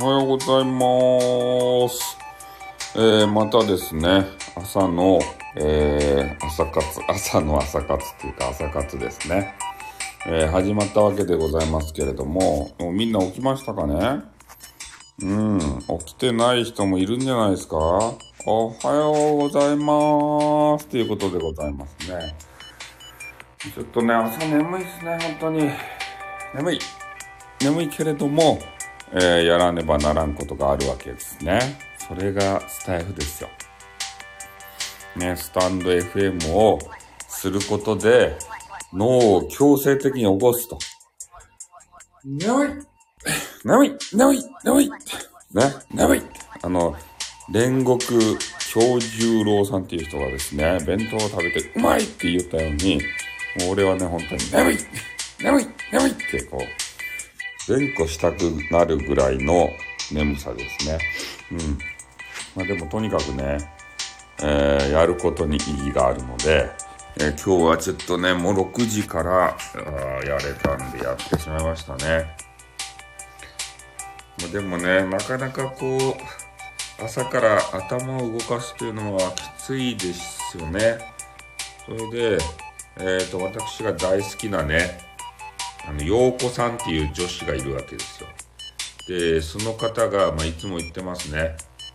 おはようございます。またですね、朝の、朝活っていうか朝活ですね。始まったわけでございますけれども、もうみんな起きましたかね？起きてない人もいるんじゃないですか？おはようございます。ということでございますね。ちょっとね、朝眠いですね、本当に。眠いけれども、やらねばならんことがあるわけですね。それがスタイフですよ。ね、スタンド FM をすることで脳を強制的に起こすと。眠いね、眠い煉獄京十郎さんっていう人がですね、弁当を食べてうまいって言ったように、もう俺はね、本当に眠いってこう、連呼したくなるぐらいの眠さですね。まあでもとにかくね、やることに意義があるので、今日はちょっとね、もう6時からやれたんでやってしまいましたね。でもね、なかなかこう、朝から頭を動かすというのはきついですよね。それで、私が大好きなね、陽子さんっていう女子がいるわけですよ。で、その方が、いつも言ってますね。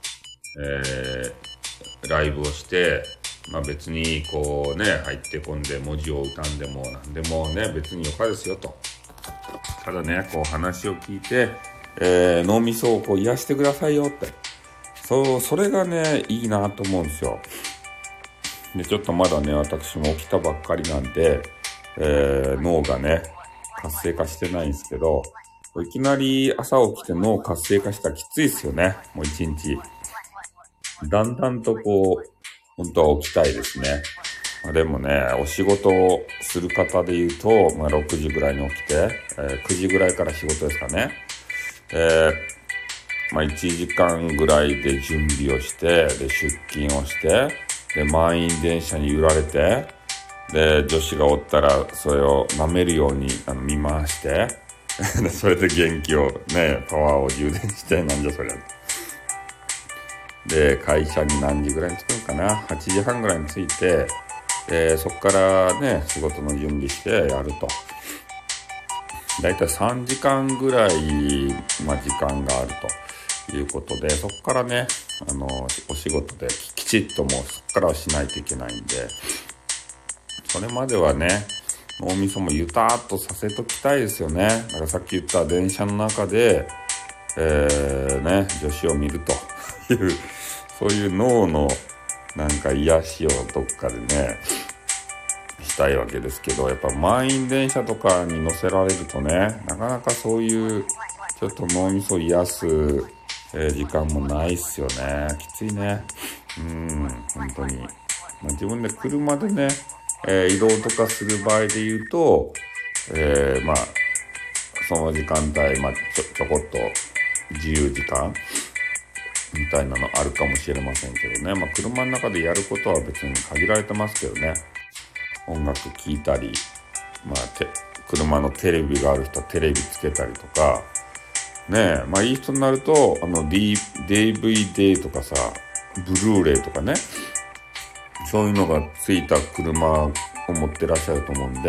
ライブをして、別にこうね、入ってこんで文字を歌んでもなんでもね、別によかですよと。ただね、こう話を聞いて、脳みそをこう癒してくださいよって。それがね、いいなと思うんですよ。で、ちょっとまだね、私も起きたばっかりなんで、脳がね、活性化してないんですけど、いきなり朝起きて脳活性化したらきついですよね。もう一日。だんだんとこう、本当は起きたいですね。でもね、お仕事をする方で言うと、6時ぐらいに起きて、9時ぐらいから仕事ですかね。1時間ぐらいで準備をして、で、出勤をして、で、満員電車に揺られて、で、女子がおったら、それを舐めるように見回して、でそれで元気をね、パワーを充電して、なんじゃそりゃ。で、会社に何時ぐらいに着くのかな ?8 時半ぐらいに着いて、そこからね、仕事の準備してやると。だいたい3時間ぐらい、時間があるということで、そこからね、お仕事できちっともうそこからはしないといけないんで、それまではね、脳みそもゆたーっとさせときたいですよね。だからさっき言った電車の中で、女子を見るという、そういう脳のなんか癒しをどっかでね、したいわけですけど、やっぱ満員電車とかに乗せられるとね、なかなかそういうちょっと脳みそを癒す、時間もないっすよね。きついね。本当に。自分で車でね、移動とかする場合で言うと、その時間帯、ちょこっと自由時間みたいなのあるかもしれませんけどね。車の中でやることは別に限られてますけどね。音楽聴いたり、車のテレビがある人はテレビつけたりとか、ねいい人になると、DVD とかさ、ブルーレイとかね、そういうのがついた車を持ってらっしゃると思うんで、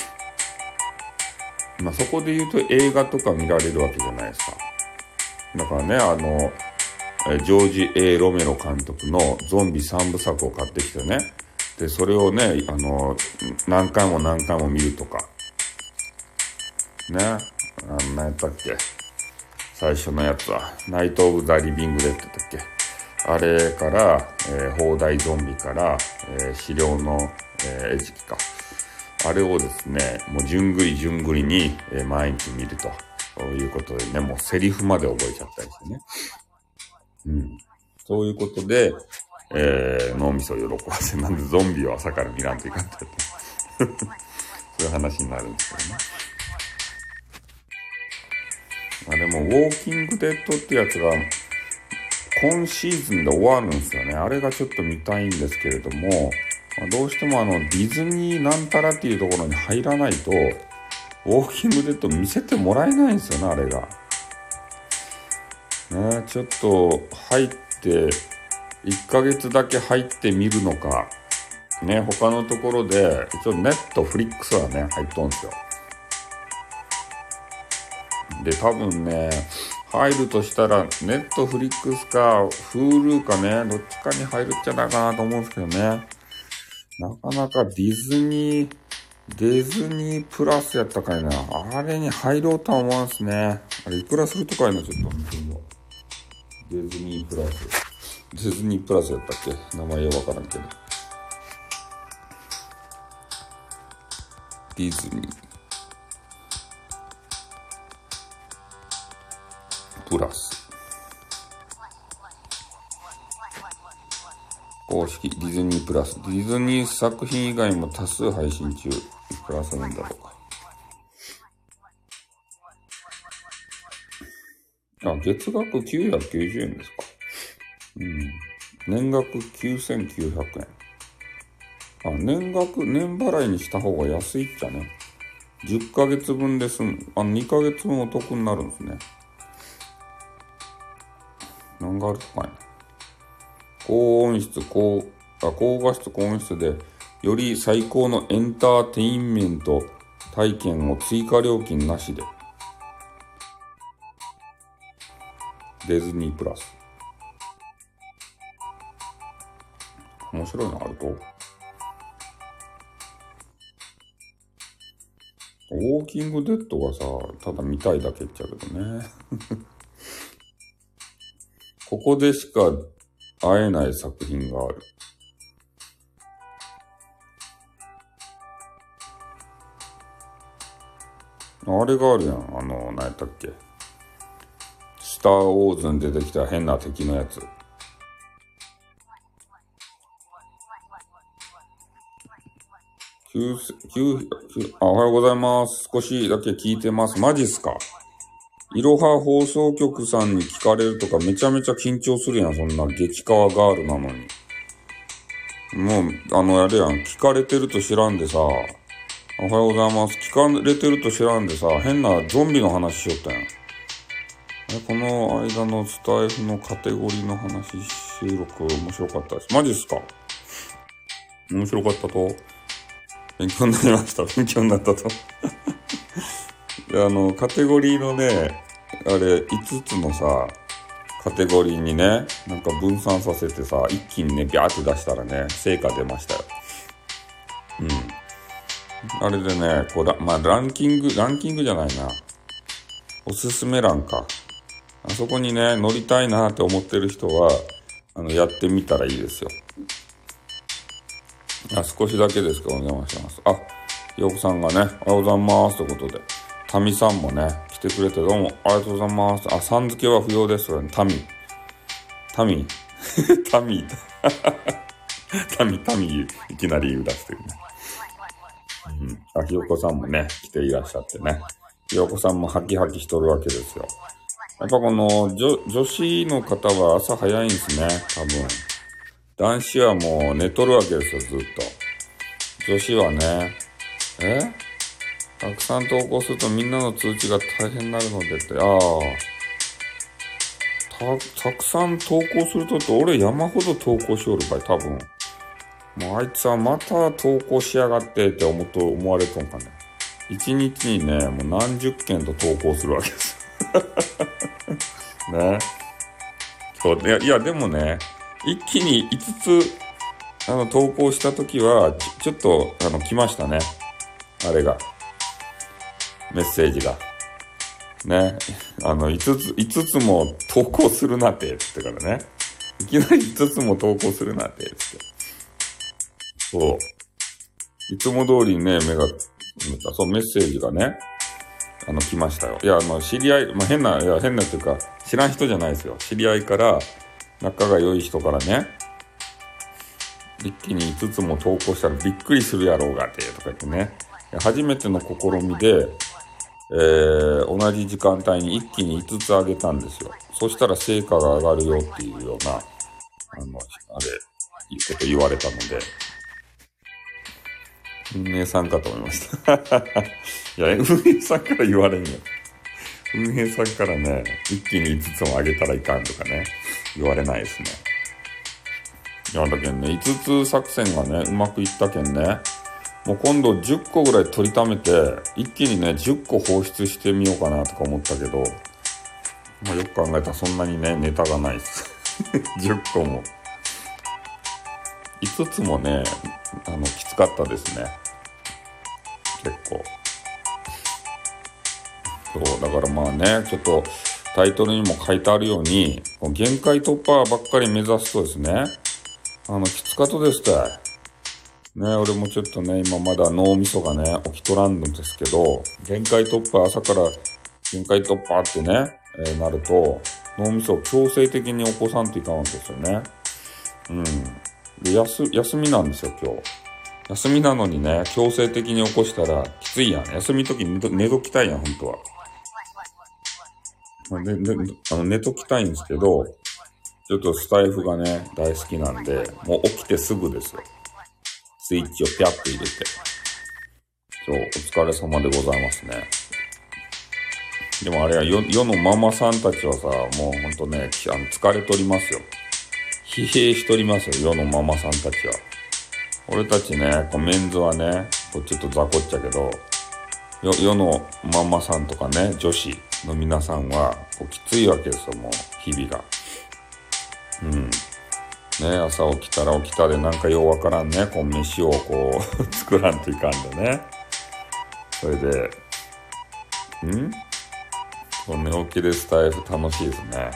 そこで言うと映画とか見られるわけじゃないですか。だからね、ジョージ・ A ・ロメロ監督のゾンビ3部作を買ってきてね、で、それをね、何回も見るとか。ね。何やったっけ？最初のやつは、ナイト・オブ・ザ・リビング・デッドだっけ？あれから、砲台ゾンビから、資料の、餌食か。あれをですね、もう順繰りに、毎日見るということでね、もうセリフまで覚えちゃったりしてね。そういうことで、脳みそを喜ばせ、なんでゾンビを朝から見らんといかんとそういう話になるんですけどね。でも、ウォーキングデッドってやつが、今シーズンで終わるんですよね。あれがちょっと見たいんですけれども、どうしてもディズニーなんたらっていうところに入らないと、ウォーキングデッド見せてもらえないんですよね、あれが。 ね、ちょっと入って、1ヶ月だけ入ってみるのか、ね、他のところで、一応ネットフリックスはね、入っとんすよ。で、多分ね、入るとしたら、ネットフリックスか、Hulu かね、どっちかに入るんじゃないかなと思うんですけどね。なかなかディズニープラスやったかいな。あれに入ろうとは思わんすね。あれいくらするとかいな、ちょっと見てみよう。ディズニープラス。ディズニープラスやったっけ？名前わからんけど。ディズニープラス。公式ディズニープラス。ディズニー作品以外も多数配信中。いくらするんだろうか。あ、月額990円ですか。うん。年額9900円。あ、年払いにした方が安いっちゃね。10ヶ月分で済む。2ヶ月分お得になるんですね。何があるかいな。高画質高音質で、より最高のエンターテインメント体験を追加料金なしで。ディズニープラス。面白いのあると。ウォーキングデッドはさ、ただ見たいだけっちゃうけどね。ここでしか会えない作品がある。あれがあるやん。何やったっけ。スター・ウォーズに出てきた変な敵のやつ。おはようございます。少しだけ聞いてます。マジっすか？いろは放送局さんに聞かれるとかめちゃめちゃ緊張するやん。そんな激カワガールなのに。もう、あれやん。聞かれてると知らんでさ。おはようございます。聞かれてると知らんでさ、変なゾンビの話しよったやん。この間のスタイフのカテゴリーの話収録面白かったです。マジっすか？面白かったと？勉強になりました。勉強になったと。で、カテゴリーのね、あれ、5つのさ、カテゴリーにね、なんか分散させてさ、一気にね、ビャーって出したらね、成果出ましたよ。うん。あれでね、ランキングじゃないな。おすすめ欄か。あそこにね、乗りたいなって思ってる人は、やってみたらいいですよ。少しだけですけどお邪魔します。ひよこさんがね、おはようございますということで、タミさんもね、来てくれてどうもありがとうございます。さん付けは不要ですよね。タミいきなり言い出してるね。ひよこさんもね、来ていらっしゃってね。ひよこさんもハキハキしとるわけですよ。やっぱこの女子の方は朝早いんですね、多分。男子はもう寝とるわけですよ、ずっと。女子はね、たくさん投稿するとみんなの通知が大変になるのでって、たくさん投稿するとって俺山ほど投稿しおるかい、多分。もうあいつはまた投稿しやがってって思われとんかね。一日にね、もう何十件と投稿するわけですよ。ね。いや、でもね、一気に5つ、投稿したときは、ちょっと、来ましたね。あれが。メッセージが。ね。5つも投稿するなって、つってからね。いきなり5つも投稿するなって、つって。そう。いつも通りね、メッセージがね、来ましたよ。いや、知り合い、変なっていうか、知らん人じゃないですよ。知り合いから、仲が良い人からね、一気に5つも投稿したらびっくりするやろうがって、とか言ってね。初めての試みで、同じ時間帯に一気に5つあげたんですよ。そしたら成果が上がるよっていうような、いうこと言われたので、運営さんかと思いました。いや、運営さんから言われんよ。 運営さんからね、一気に5つもあげたらいかんとかね、言われないですね。いや、だけどね、5つ作戦がね、うまくいったけんね、もう今度10個ぐらい取りためて、一気にね、10個放出してみようかなとか思ったけど、まあ、よく考えたらそんなにね、ネタがないです。10個も。5つもね、きつかったですね。結構。そう、だからまあね、ちょっとタイトルにも書いてあるように、限界突破ばっかり目指すとですね、きつかとですたい。ね、俺もちょっとね、今まだ脳みそがね、起きとらんのですけど、限界突破、朝から限界突破ってね、なると、脳みそを強制的に起こさんといかんわけですよね。うん。で、休みなんですよ、今日。休みなのにね、強制的に起こしたらきついやん。休み時に寝ときたいやん、本当は。寝ときたいんですけど、ちょっとスタイフがね、大好きなんで、もう起きてすぐですよ。スイッチをピャッと入れて。そう、お疲れ様でございますね。でもあれは世のママさんたちはさ、もうほんとね、疲れとりますよ。疲弊しとりますよ、世のママさんたちは。俺たちね、メンズはね、ちょっと雑魚っちゃけど、世のママさんとかね、女子の皆さんは、きついわけですよ、もう、日々が。うん。ね、朝起きたら起きたでなんかようわからんね、飯を作らんといかんでね。それで、寝起きでスタイフ楽しいですね。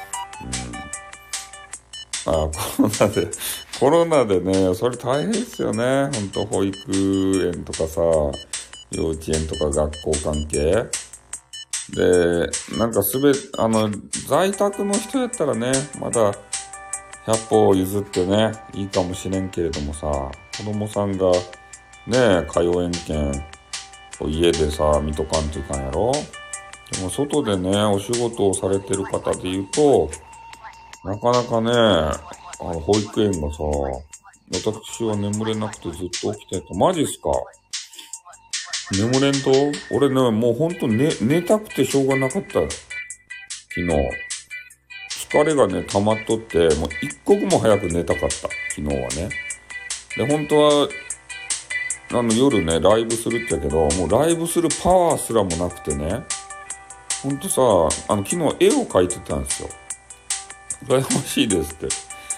コロナでね、それ大変ですよね。ほんと、保育園とかさ、幼稚園とか学校関係。で、なんか在宅の人やったらね、まだ100歩譲ってね、いいかもしれんけれどもさ、子供さんがね、通えんけん、家でさ、見とかんといかんやろ。でも外でね、お仕事をされてる方で言うと、なかなかね、保育園がさ、私は眠れなくてずっと起きてた。マジっすか？眠れんと俺ね、もうほんと寝たくてしょうがなかったよ。昨日。疲れがね、溜まっとって、もう一刻も早く寝たかった。昨日はね。で、本当は、夜ね、ライブするっちゃけど、もうライブするパワーすらもなくてね、ほんとさ、昨日絵を描いてたんですよ。羨ましいですって。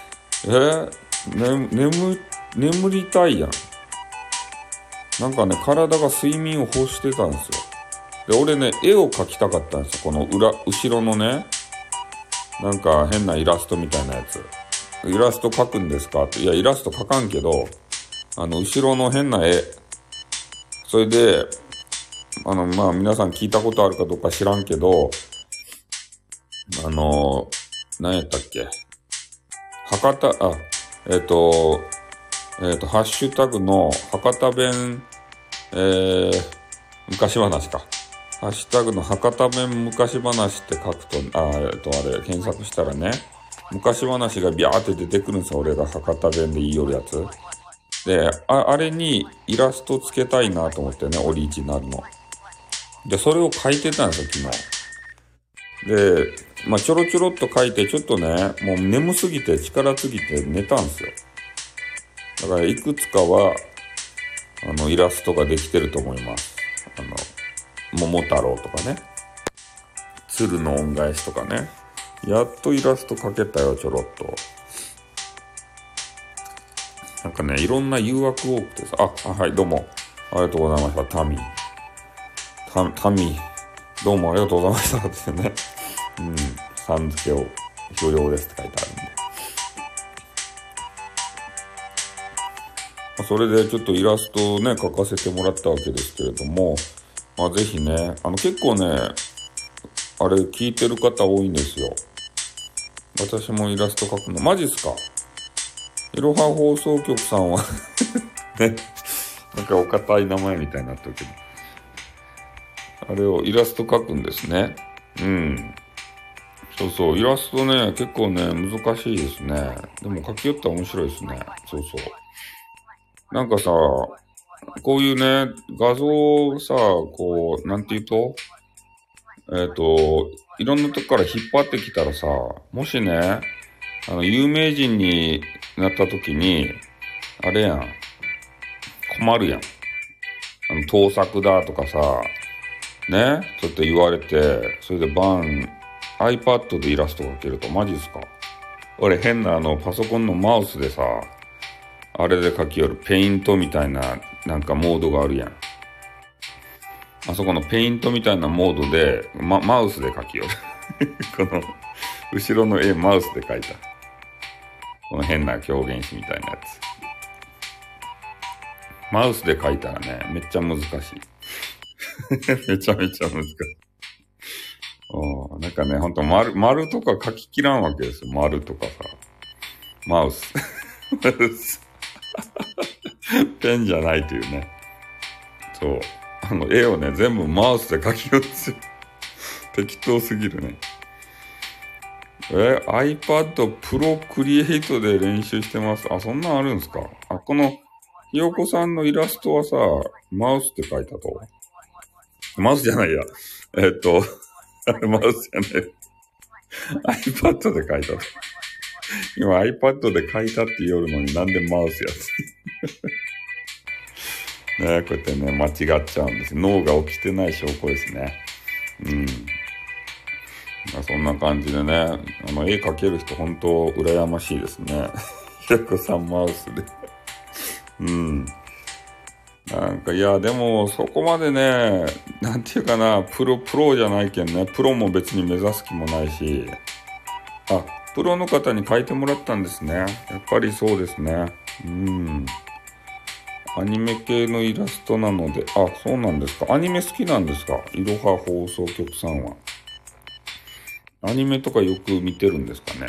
眠りたいやん。なんかね、体が睡眠を欲してたんですよ。で、俺ね、絵を描きたかったんですよ。この後ろのね、なんか変なイラストみたいなやつ。イラスト描くんですかって。いや、イラスト描かんけど、後ろの変な絵。それで、皆さん聞いたことあるかどうか知らんけど、何やったっけ。博多、ハッシュタグの博多弁、昔話か。ハッシュタグの博多弁昔話って書くと、検索したらね、昔話がビャーって出てくるんですよ。俺が博多弁で言いよるやつ。で、あれにイラストつけたいなと思ってね、オリジナルの。で、それを書いてたんですよ、昨日。で、ちょろちょろっと書いて、ちょっとね、もう眠すぎて、力すぎて寝たんですよ。だから、いくつかは、イラストができてると思います。桃太郎とかね。鶴の恩返しとかね。やっとイラスト描けたよ、ちょろっと。なんかね、いろんな誘惑多くてさ、はい、どうも。ありがとうございました。タミ、どうもありがとうございましたってね。さん付けを不要ですって書いてあるんで。それでちょっとイラストをね、描かせてもらったわけですけれども、ぜひね、結構ね、あれ聞いてる方多いんですよ。私もイラスト描くの。マジっすか？いろは放送局さんはね、なんかお堅い名前みたいになってるけど。あれをイラスト描くんですね。そうそう、イラストね、結構ね、難しいですね。でも描きよったら面白いですね。そうそう。なんかさ、こういうね、画像をさ、なんて言うといろんなとこから引っ張ってきたらさ、もしね、有名人になった時に、あれやん、困るやん。盗作だとかさ、ね、ちょっと言われて、それでiPad でイラスト描けると、マジっすか？俺変なパソコンのマウスでさ、あれで描きよるペイントみたいな、なんかモードがあるやん。あそこのペイントみたいなモードで、マウスで描きよる。この、後ろの絵マウスで描いた。この変な狂言師みたいなやつ。マウスで描いたらね、めっちゃ難しい。めちゃめちゃ難しい。なんかね、ほんと丸とか書ききらんわけですよ。丸とかさ。マウス。マウス。ペンじゃないというね。そう。絵をね、全部マウスで描きよるんですよ。適当すぎるね。iPad Pro Create で練習してます。あ、そんなんあるんすか？この、ひよこさんのイラストはさ、マウスで描いたと？マウスじゃないや。マウスじゃない。iPad で描いたと。今 iPad で描いたって言おるのになんでマウスやつ。ね、こうやってね、間違っちゃうんです。脳が起きてない証拠ですね。そんな感じでね、絵描ける人本当羨ましいですね。ひよこさんマウスで。なんか、いや、でも、そこまでね、なんていうかな、プロじゃないけんね、プロも別に目指す気もないし、プロの方に描いてもらったんですね。やっぱりそうですね。アニメ系のイラストなので、そうなんですか。アニメ好きなんですか？いろは放送局さんは。アニメとかよく見てるんですかね。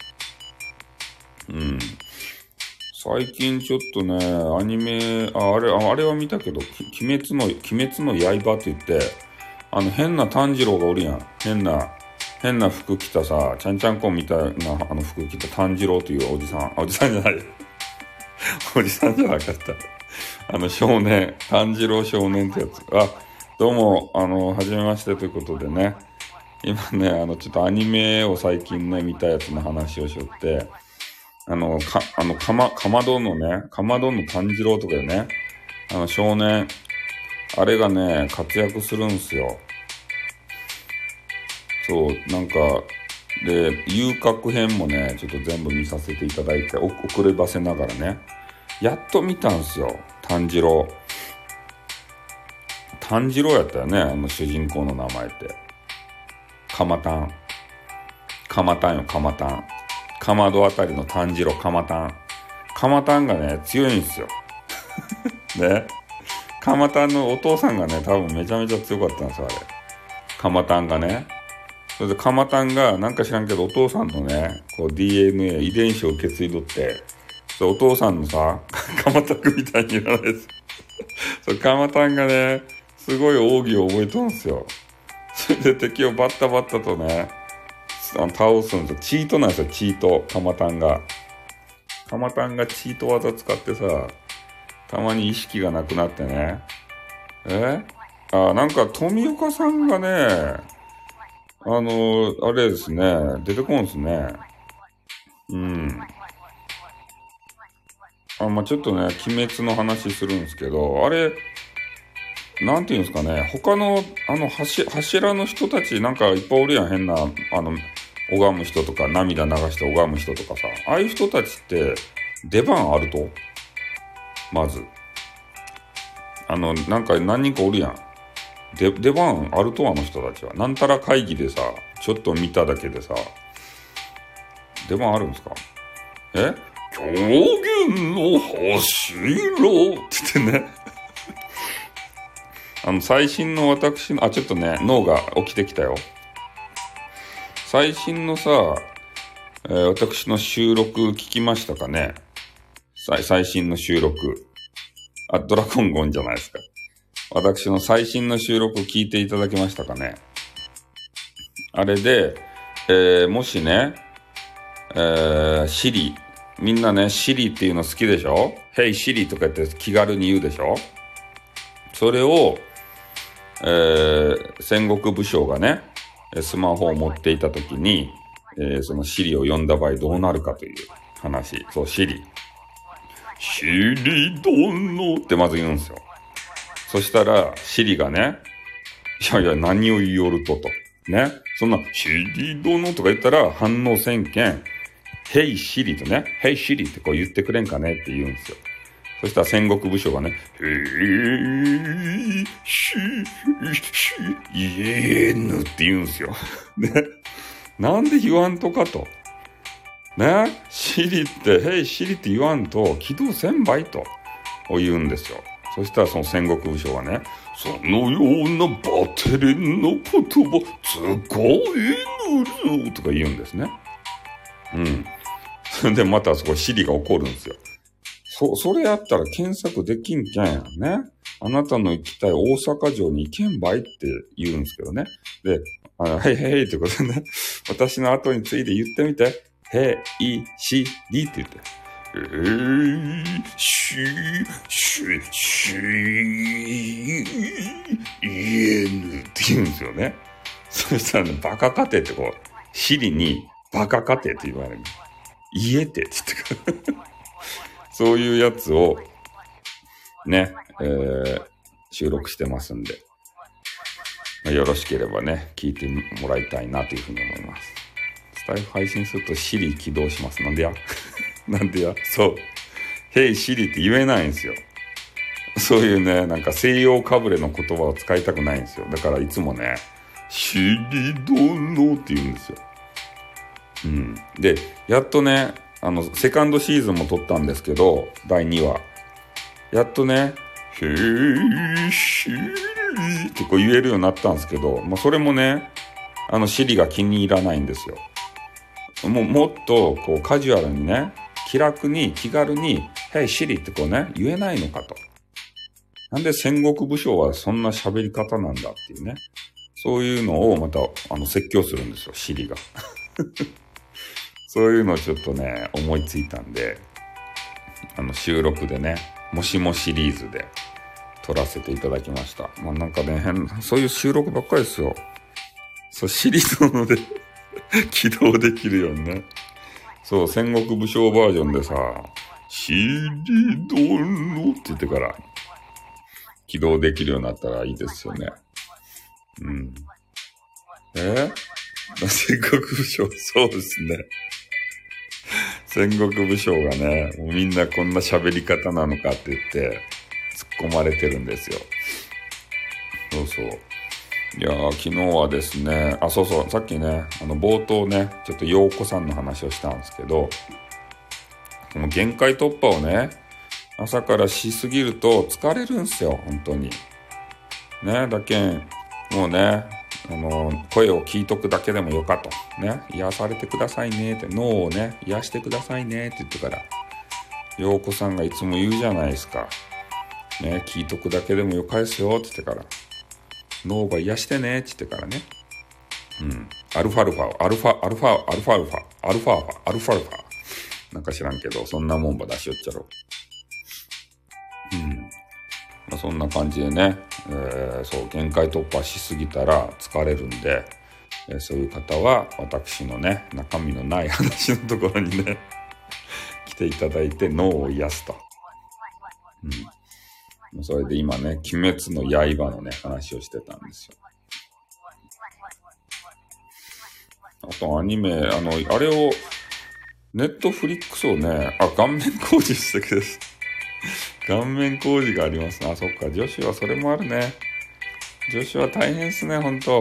最近ちょっとね、アニメ、あれは見たけど、鬼滅の刃って言って、変な炭治郎がおるやん。変な服着たさ、ちゃんちゃんこみたいな服着た炭治郎というおじさんじゃない。おじさんじゃなかった。少年、炭治郎少年ってやつ。どうも、はじめましてということでね。今ね、ちょっとアニメを最近ね、見たやつの話をしよって、かまどの炭治郎とかよね。少年、あれがね、活躍するんすよ。そう、なんか、で、遊郭編もね、ちょっと全部見させていただいて、遅ればせながらね、やっと見たんすよ、炭治郎。炭治郎やったよね、主人公の名前って。かまたんよ、かまどあたりの炭治郎、かまたんがね、強いんすよ。ね。かまたんのお父さんがね、多分めちゃめちゃ強かったんですよ、あれ。かまたんがね。それでかまたんが、なんか知らんけど、お父さんのね、こう DNA、遺伝子を受け継いどって、お父さんのさ、かまたんみたいに言わないです。そう、かまたんがね、すごい奥義を覚えとんすよ。それで敵をバッタバッタとね、倒すんですよ。チートなんですよ、チート。かまたんがチート技使ってさ、たまに意識がなくなってね。なんか富岡さんがね、あれですね、出てこんすね。ちょっとね、鬼滅の話するんですけど、あれ、なんていうんですかね、他の、柱の人たちなんかいっぱいおるやん、変な、拝む人とか、涙流して拝む人とかさ、ああいう人たちって、出番あると？まず。なんか何人かおるやん。出番あると、あの人たちは。なんたら会議でさ、ちょっと見ただけでさ、出番あるんですか？狂言の柱って言ってね。最新の私の、ちょっとね、脳が起きてきたよ。最新のさ、私の収録聞きましたかね？最新の収録。ドラゴンゴンじゃないですか。私の最新の収録聞いていただけましたかね？あれで、もしね、シリ、みんなね、シリっていうの好きでしょ？ヘイシリとか言って気軽に言うでしょ？それを、戦国武将がね、 スマホを持っていたときに、そのシリを呼んだ場合どうなるかという話。そう、シリ殿ってまず言うんですよ。そしたら、シリがね、いやいや、何を言いよると。ね。そんな、シリ殿とか言ったら反応せんけん、ヘイシリとね、ヘイシリってこう言ってくれんかねって言うんですよ。そしたら戦国武将がね、ヘイシイエヌって言うんですよ。ね。なんで言わんとかと。ね。シリって、ヘイシリって言わんと起動せんばいと言うんですよ。そしたらその戦国武将はね、そのようなバテレンの言葉使えぬるとか言うんですね。うん。それでまたそこシリが怒るんですよ。それやったら検索できんけんやね。あなたの行きたい大阪城に行けんばいって言うんですけどね。で、へいへいってことでね、私の後について言ってみて。へいしりって言って。言えぬって言うんですよね。そしたらね、バカ家庭ってこう、シリにバカ家庭って言われる。言えてって言ってから。そういうやつを、ね、収録してますんで、よろしければね、聞いてもらいたいなというふうに思います。スタイフ配信するとシリ起動します。なんでやなんでやそう。ヘイシリって言えないんですよ。そういうね、なんか西洋かぶれの言葉を使いたくないんですよ。だからいつもね、シリ殿って言うんですよ。うん。で、やっとね、セカンドシーズンも撮ったんですけど、第2話。やっとね、ヘイシリってこう言えるようになったんですけど、まあ、それもね、シリが気に入らないんですよ。もっと、こう、カジュアルにね、気楽に、気軽に、ヘイシリってこうね、言えないのかと。なんで戦国武将はそんな喋り方なんだっていうね。そういうのをまた、説教するんですよ、シリが。そういうのをちょっとね、思いついたんで、収録でね、もしもシリーズで撮らせていただきました。まあなんかね、そういう収録ばっかりですよ。そう、シリーズなので起動できるようにね。そう、戦国武将バージョンでさ、シリ殿って言ってから起動できるようになったらいいですよね。うん。戦国武将、そうですね。戦国武将がね、もうみんなこんな喋り方なのかって言って突っ込まれてるんですよ。そうそう。いやー、昨日はですね、そうそう、さっきね、冒頭ね、ちょっと陽子さんの話をしたんですけど、この限界突破をね、朝からしすぎると疲れるんすよ、本当に。ね、だけん、もうね、声を聞いとくだけでもよかと。ね、癒されてくださいねって、脳をね、癒してくださいねって言ってから、陽子さんがいつも言うじゃないですか。ね、聞いとくだけでもよかですよって言ってから、脳が癒してねって言ってからね。うん。アルファなんか知らんけど、そんなもんば出しよっちゃろ。うん。まあ、そんな感じでね、そう、限界突破しすぎたら疲れるんで、そういう方は私のね、中身のない話のところにね、来ていただいて脳を癒すと。うん。それで今ね、鬼滅の刃のね、話をしてたんですよ。あとアニメ、あれを、ネットフリックスをね、顔面工事してください。顔面工事がありますね。そっか、女子はそれもあるね。女子は大変っすね、ほんと。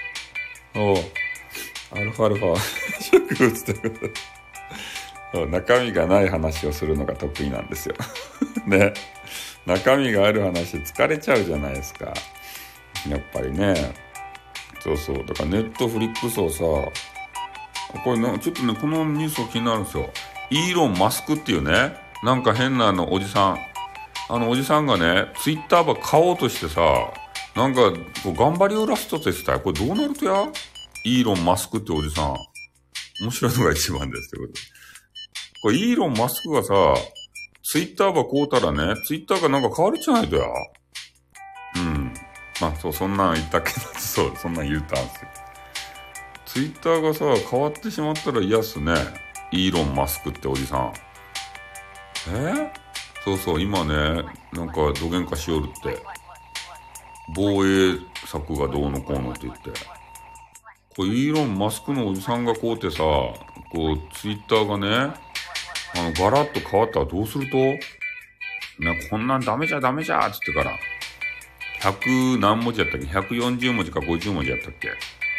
アルファ植物ということで。中身がない話をするのが得意なんですよ。ね。中身がある話疲れちゃうじゃないですか。やっぱりね。そうそう。だからネットフリックスをさ、これね、ちょっとね、このニュースが気になるんですよ。イーロン・マスクっていうね、なんか変なおじさん。おじさんがね、ツイッターば買おうとしてさ、なんか、こう頑張りをラストって言ってたよ。これどうなるとやイーロン・マスクっておじさん。面白いのが一番ですってこと。これイーロン・マスクがさ、ツイッターば買うたらね、ツイッターがなんか変わるじゃないとや。うん。まあ、そう、そんなん言ったけど、そう、そんなん言うたんですよ。 ツイッターがさ、変わってしまったら嫌っすね。イーロン・マスクっておじさん。そうそう、今ね、なんかどげんかしよるって。防衛策がどうのこうのって言って。これイーロン・マスクのおじさんがこうってさ、こう、ツイッターがね、ガラッと変わったらどうするとこんなんダメじゃダメじゃっつってから。100何文字やったっけ ?140 文字か50文字やったっけ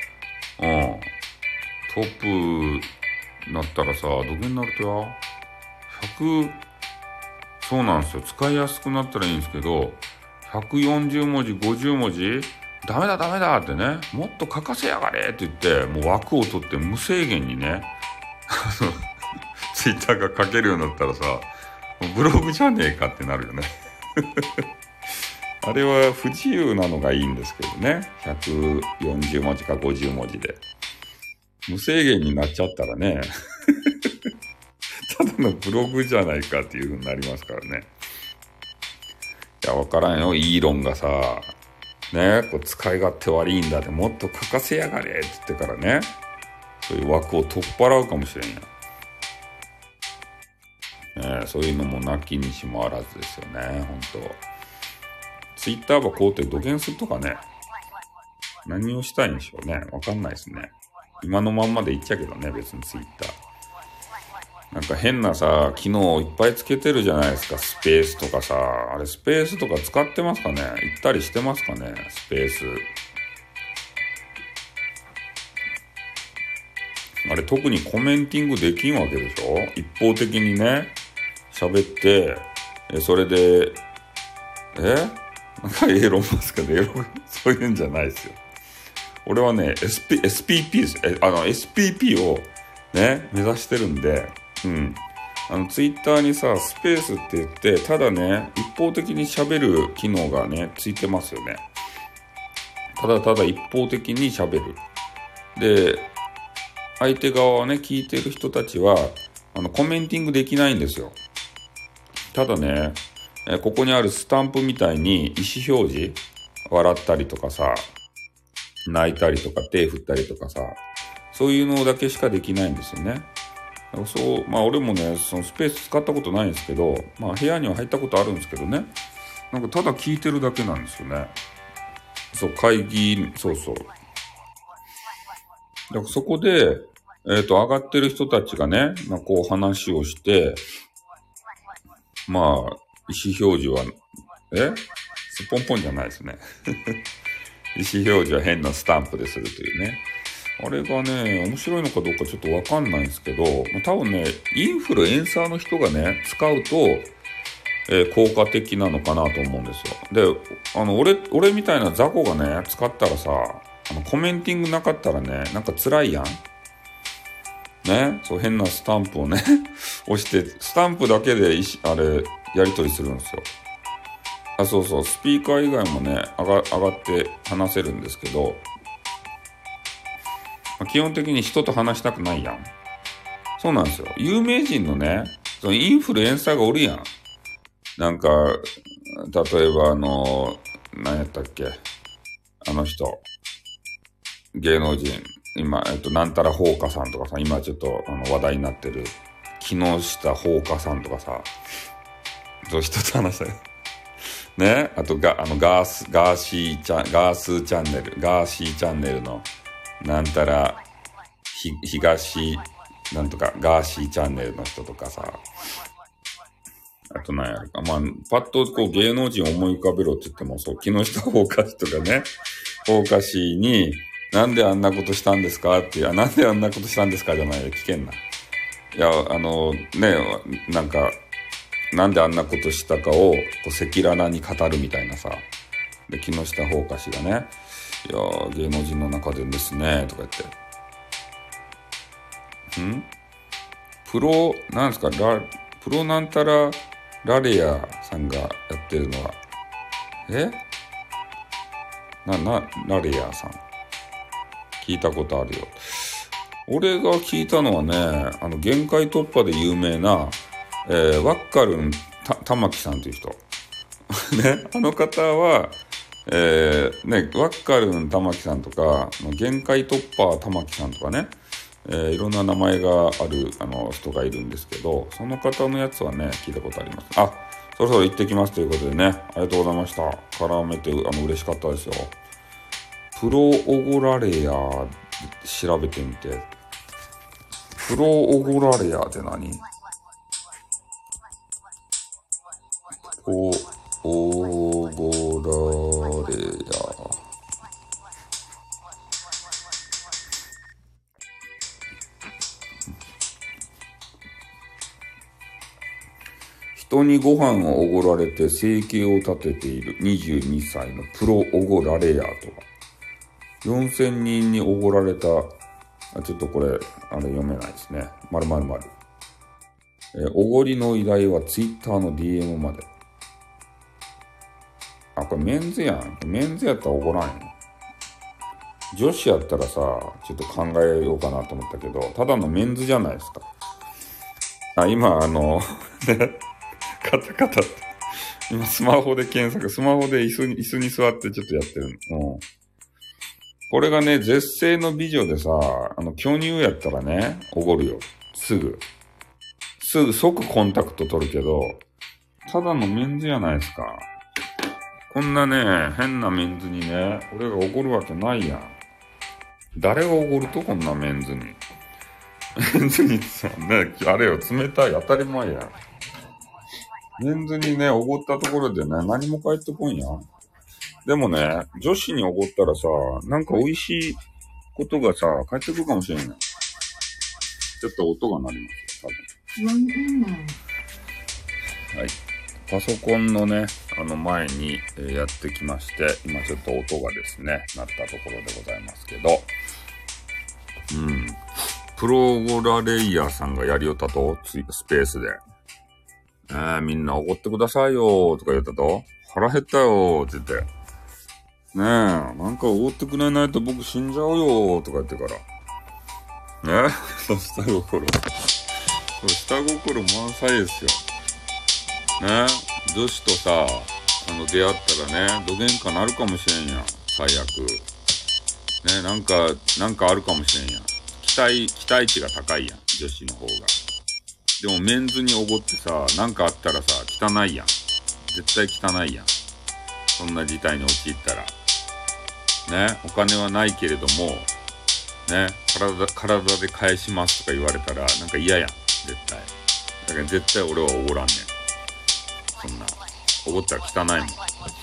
トップなったらさ、どげになるとや100、そうなんですよ。使いやすくなったらいいんですけど、140文字、50文字ダメだダメだってね、もっと書かせやがれって言って、もう枠を取って無制限にね、ツイッターが書けるようになったらさ、ブログじゃねえかってなるよね。あれは不自由なのがいいんですけどね。140文字か50文字で。無制限になっちゃったらね、ただのブログじゃないかっていう風になりますからね。いや、わからんよ。イーロンがさ、ね、こう使い勝手悪いんだって、もっと書かせやがれって言ってからね、そういう枠を取っ払うかもしれんや。そういうのもなきにしもあらずですよね、ほんと。ツイッターはこうって土下するとかね、何をしたいんでしょうね。わかんないですね。今のまんまで言っちゃうけどね、別にツイッター。なんか変なさ、機能いっぱいつけてるじゃないですか。スペースとかさ。あれスペースとか使ってますかね？行ったりしてますかね？スペース。あれ特にコメンティングできんわけでしょ？一方的にね、喋って、それで、なんかエーロンマスクでそういうんじゃないですよ。俺はね、SPP です。SPP をね、目指してるんで、ツイッターにさ、スペースって言って、ただね、一方的に喋る機能がね、ついてますよね。ただただ一方的に喋る。で、相手側はね、聞いてる人たちは、コメンティングできないんですよ。ただね、ここにあるスタンプみたいに意思表示、笑ったりとかさ、泣いたりとか手振ったりとかさ、そういうのだけしかできないんですよね。そう、まあ俺もね、そのスペース使ったことないんですけど、まあ部屋には入ったことあるんですけどね。なんかただ聞いてるだけなんですよね。そう、会議、そうそう。だからそこで、上がってる人たちがね、まあこう話をして、まあ、意思表示は、スポンポンじゃないですね。意思表示は変なスタンプでするというね。あれがね、面白いのかどうかちょっとわかんないんですけど、多分ね、インフルエンサーの人がね、使うと、効果的なのかなと思うんですよ。で、俺みたいな雑魚がね、使ったらさ、コメンティングなかったらね、なんか辛いやん。ね、そう変なスタンプをね、押して、スタンプだけであれ、やり取りするんですよ。そうそう、スピーカー以外もね、上がって話せるんですけど、基本的に人と話したくないやん。そうなんですよ。有名人のね、そのインフルエンサーがおるやん。なんか、例えば何やったっけ？あの人。芸能人。今、なんたらほうかさんとかさ、今ちょっと話題になってる、木下ほうかさんとかさ、そう人と話したよ。ね、あとガースチャンネルの、なんたら、東、なんとか、ガーシーチャンネルの人とかさ、あと何やるか。まあ、パッとこう芸能人を思い浮かべろって言っても、そう、木下ほうか氏とかね、ほうか氏に、なんであんなことしたんですかっていう、なんであんなことしたんですかじゃないよ、危険な。いや、なんか、なんであんなことしたかを、赤裸々に語るみたいなさ。で、木下ほうか氏がね、いや芸能人の中でですね、とか言って。なんですか、プロなんたら、ラレアさんがやってるのは、ラレアさん。聞いたことあるよ。俺が聞いたのはね、限界突破で有名な、ワッカルン玉木さんという人。ね、あの方は、 ね、ワッカルン玉木さんとか、限界突破玉木さんとかね、いろんな名前がある人がいるんですけど、その方のやつはね、聞いたことあります。あ、そろそろ行ってきますということでね、ありがとうございました。絡めて嬉しかったですよ。プロオゴラレア調べてみて。プロオゴラレアって何？オゴラレア。人にご飯をおごられて生計を立てている22歳のプロおごられやとは。4000人におごられた、ちょっとこれ、読めないですね。〇〇〇。おごりの依頼はツイッターの DM まで。あ、これメンズやん。メンズやったらおごらんよ。女子やったらさ、ちょっと考えようかなと思ったけど、ただのメンズじゃないですか。あ、今ね、カタカタって。今スマホで検索、スマホで椅子に座ってちょっとやってるの。これがね、絶世の美女でさ、巨乳やったらね、おごるよ。すぐ即コンタクト取るけど、ただのメンズやないですか。こんなね、変なメンズにね、俺がおごるわけないやん。誰がおごるとこんなメンズに。メンズにさ、ね、あれよ、冷たい当たり前やん。メンズにね、おごったところでね、何も返ってこんやん。でもね、女子におごったらさ、なんか美味しいことがさ、返ってくるかもしれない。ちょっと音が鳴りますよ、多分。はい。パソコンのね、前に、やってきまして、今ちょっと音がですね、鳴ったところでございますけど、プロゴラレイヤーさんがやりよったと、スペースで。みんなおごってくださいよとか言ったと、腹減ったよって言って。ねえ、なんかおごってくれないと僕死んじゃうよとか言ってから。ねえ、下心。下心満載ですよ。ねえ、女子とさ、出会ったらね、どげんかなるかもしれんやん。最悪。ね、なんかあるかもしれんやん。期待値が高いやん。女子の方が。でもメンズにおごってさ、なんかあったらさ、汚いやん。絶対汚いやん。そんな事態に陥ったら。ね、お金はないけれども、ね、体で返しますとか言われたら、なんか嫌やん。絶対。だから絶対俺はおごらんねん。そんな。おごったら汚いもん。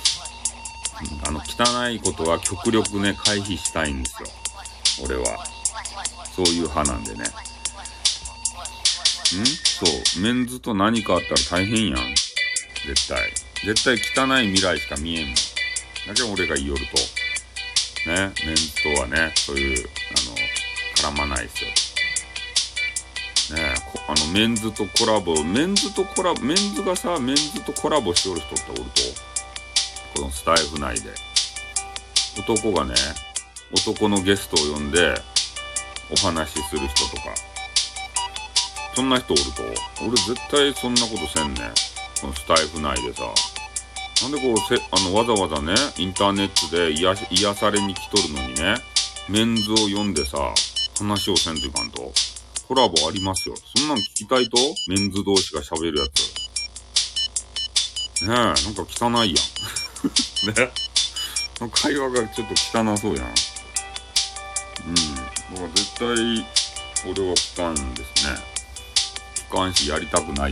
汚いことは極力ね、回避したいんですよ。俺は。そういう派なんでね。そう。メンズと何かあったら大変やん。絶対汚い未来しか見えんもん。だけど俺が言いよると。ね。メンズとはね、そういう、絡まないですよ。ねメンズとコラボ、メンズがさ、メンズとコラボしておる人っておると、このスタイフ内で。男がね、男のゲストを呼んで、お話しする人とか。そんな人おると、俺絶対そんなことせんね。このスタイフ内でさ。なんでこうわざわざね、インターネットで癒されに来とるのにね、メンズを呼んでさ、話をせんといかんと。コラボありますよ。そんなん聞きたいとメンズ同士が喋るやつ。ねえ、なんか汚いやん。ね。会話がちょっと汚そうやん。だから絶対、俺は不可んですね。不可んし、やりたくないよね。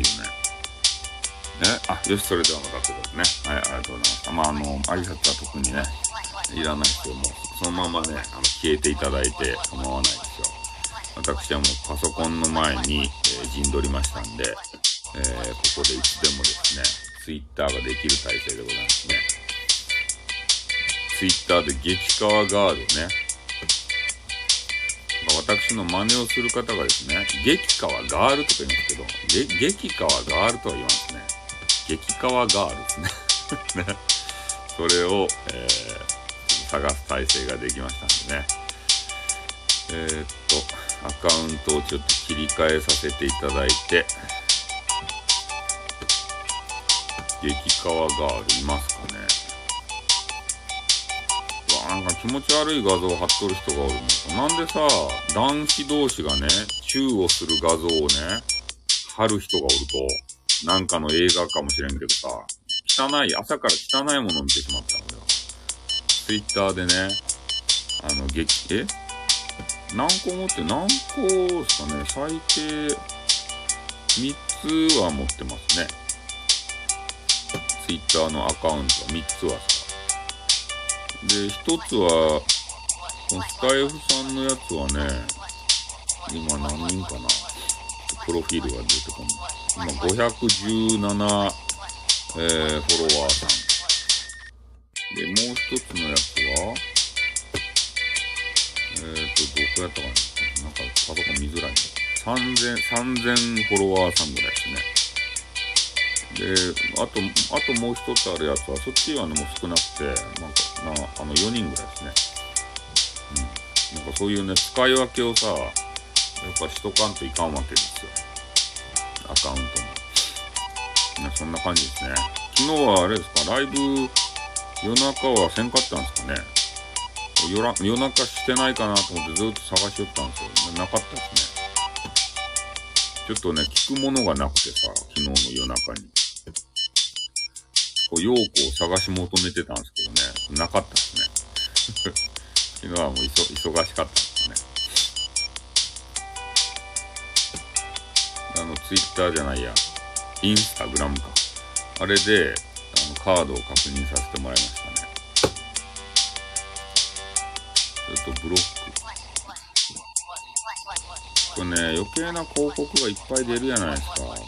よし、それではまたということですね。はい、ありがとうございました。挨拶は特にね、いらない人も、そのままね、消えていただいて構わないですよ。私はもうパソコンの前に、陣取りましたんで、ここでいつでもですね、ツイッターができる体制でございますね。ツイッターで激川ガールね。私の真似をする方がですね、激川ガールとか言うんですけど、激川ガールとは言わんですね。激川ガールですね。ね。それを、探す体制ができましたんでね。アカウントをちょっと切り替えさせていただいて、激川ガールいますかね。 なんか気持ち悪い画像を貼っとる人がおるの。なんでさ、男子同士がね、チューをする画像をね、貼る人がおると、なんかの映画かもしれんけどさ、朝から汚いものを見てしまったのよ。ツイッターでね、何個持って何個ですかね、最低3つは持ってますね。ツイッターのアカウントは3つはさ。で、1つは、このスカイフさんのやつはね、今何人かな、プロフィールが出てこない。今517、フォロワーさん。で、もう一つのやつは、どこやったかな、なんかパソコン見づらいね。3000フォロワーさんぐらいですね。で、あともう一つあるやつは、そっちはね、もう少なくて、4人ぐらいですね。なんかそういうね、使い分けをさ、やっぱしとかんといかんわけですよ。アカウントも。そんな感じですね。昨日はあれですか、ライブ、夜中はせんかったんですかね。夜中してないかなと思ってずっと探しよったんですよ。なかったですね。ちょっとね、聞くものがなくてさ、昨日の夜中に。陽子を探し求めてたんですけどね、なかったですね。昨日はもう忙しかったですね。ツイッターじゃないや、インスタグラムか。あれで、カードを確認させてもらいましたね。それとブロック。これね、余計な広告がいっぱい出るじゃないですか、これ。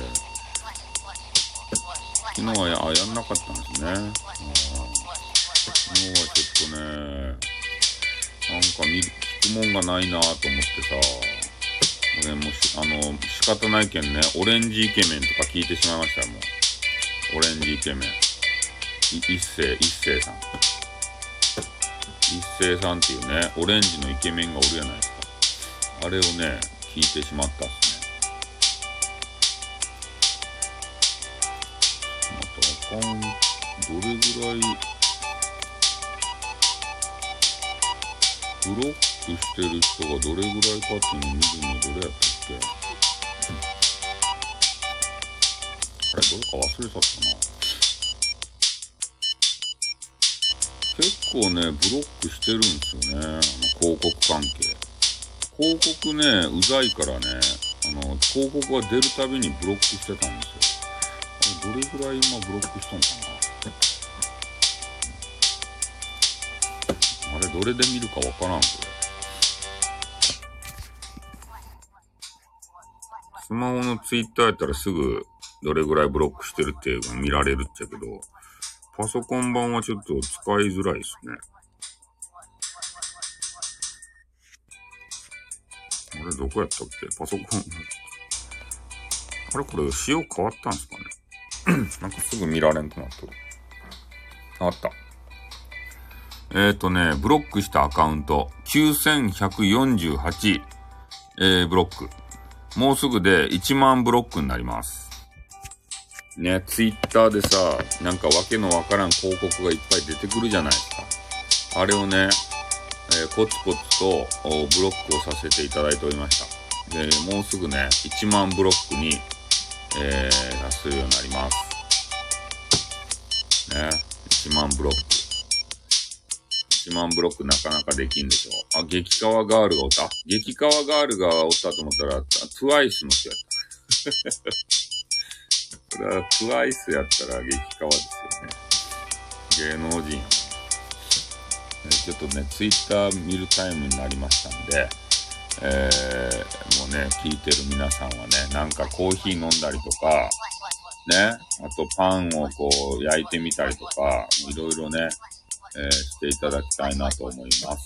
昨日はやんなかったんですね。昨日はちょっとね、なんか聞くもんがないなと思ってさ、もう仕方ないけんね、オレンジイケメンとか聞いてしまいましたよ、もう。オレンジイケメン。一世さん。一世さんっていうね、オレンジのイケメンがおるじゃないですか。あれをね、聞いてしまったっすね。また、どれぐらい、ブロックしてる人がどれぐらいかっていうのを見るのどれやったっけ？あれ、どれか忘れちゃったな。結構ね、ブロックしてるんですよね。広告関係。広告ね、うざいからね、広告が出るたびにブロックしてたんですよ。どれぐらい今ブロックしたのかな。あれ、どれで見るかわからん、これ。スマホのツイッターやったらすぐどれぐらいブロックしてるっていうのが見られるっちゃけど、パソコン版はちょっと使いづらいですね。あれどこやったっけ？パソコン。あれこれ仕様変わったんですかね。なんかすぐ見られんくなっとる。あった。ブロックしたアカウント9148、ブロック。もうすぐで1万ブロックになります。ね、ツイッターでさ、なんかわけのわからん広告がいっぱい出てくるじゃないですか。あれをね、コツコツとブロックをさせていただいておりました。で、もうすぐね、1万ブロックに、達するようになります。ね、1万ブロック。1万ブロックなかなかできんでしょ。激川ガールがおった。激川ガールがおったと思ったら、TWICE の人やった。これは TWICE やったら激川ですよね。芸能人やな。ちょっとね、ツイッター見るタイムになりましたんで、もうね、聞いてる皆さんはね、なんかコーヒー飲んだりとか、ね、あとパンをこう焼いてみたりとか、いろいろね、していただきたいなと思います。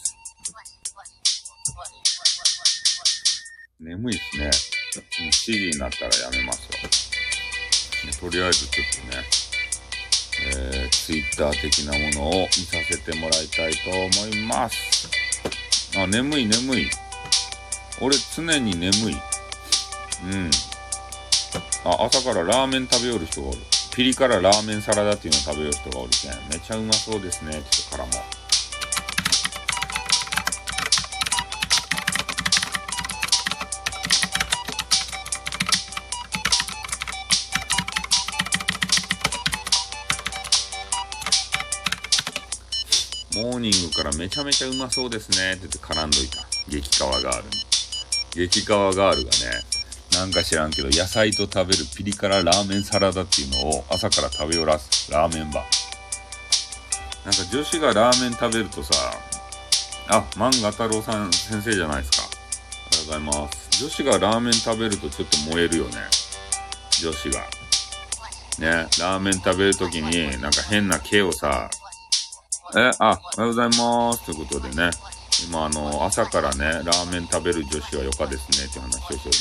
眠いっすね。7時になったらやめますわ。とりあえずちょっとね、ツイッター的なものを見させてもらいたいと思います。眠い。俺常に眠い。朝からラーメン食べよる人がおる。ピリ辛ラーメンサラダっていうのを食べよる人がおるけん。めちゃうまそうですね。ちょっとからも。 モーニングからめちゃめちゃうまそうですねって言って絡んどいた。激川ガールに。激川ガールがね、なんか知らんけど野菜と食べるピリ辛ラーメンサラダっていうのを朝から食べよらす。ラーメンバー。なんか女子がラーメン食べるとさ、万賀太郎さん先生じゃないですか。ありがとうございます。女子がラーメン食べるとちょっと燃えるよね。女子が。ね、ラーメン食べるときになんか変な毛をさ、おはようございますということでね、今朝からね、ラーメン食べる女子はよかですねって話をしております。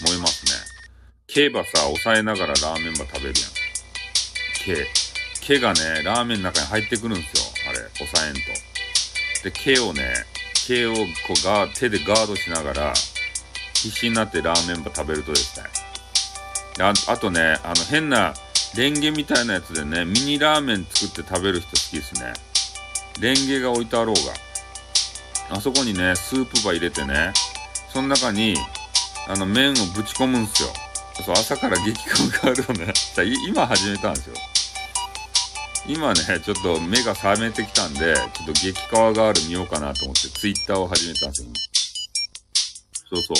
燃えますね。毛ばさ、押さえながらラーメンば食べるやん。毛がね、ラーメンの中に入ってくるんですよ。あれ、押さえんと。で、毛をこう手でガードしながら、必死になってラーメンば食べるとですね。あとね、変な、レンゲみたいなやつでね、ミニラーメン作って食べる人好きですね。レンゲが置いてあろうが。あそこにね、スープば入れてね、その中に、麺をぶち込むんすよ。そう、朝から激辛があるのね。今始めたんですよ。今ね、ちょっと目が覚めてきたんで、ちょっと激川ガール見ようかなと思って、ツイッターを始めたんですよ、今。そう。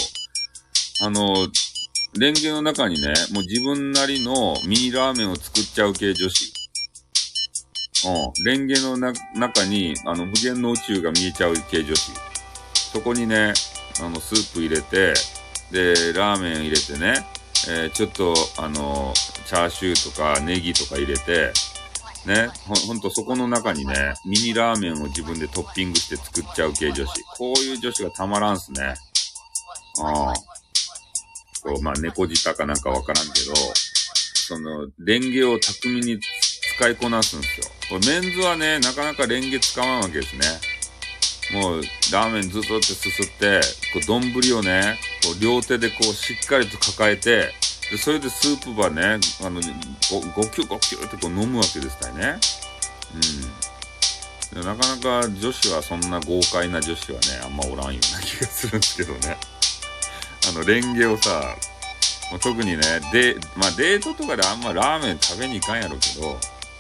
レンゲの中にね、もう自分なりのミニラーメンを作っちゃう系女子。レンゲの中に、無限の宇宙が見えちゃう系女子。そこにね、スープ入れて、で、ラーメン入れてね、ちょっと、チャーシューとかネギとか入れて、ね、ほんとそこの中にね、ミニラーメンを自分でトッピングして作っちゃう系女子。こういう女子がたまらんすね。猫舌かなんかわからんけど、レンゲを巧みに使いこなすんですよ。これメンズはね、なかなかレンゲ使わんわけですね。もう、ラーメンずっとってすすって、丼をね、両手でしっかりと抱えて、でそれでスープばね、ごきゅって飲むわけですからね。なかなか女子はそんな豪快な女子はね、あんまおらんような気がするんですけどね。レンゲをさ、特にね、デートとかであんまラーメン食べに行かんやろうけど、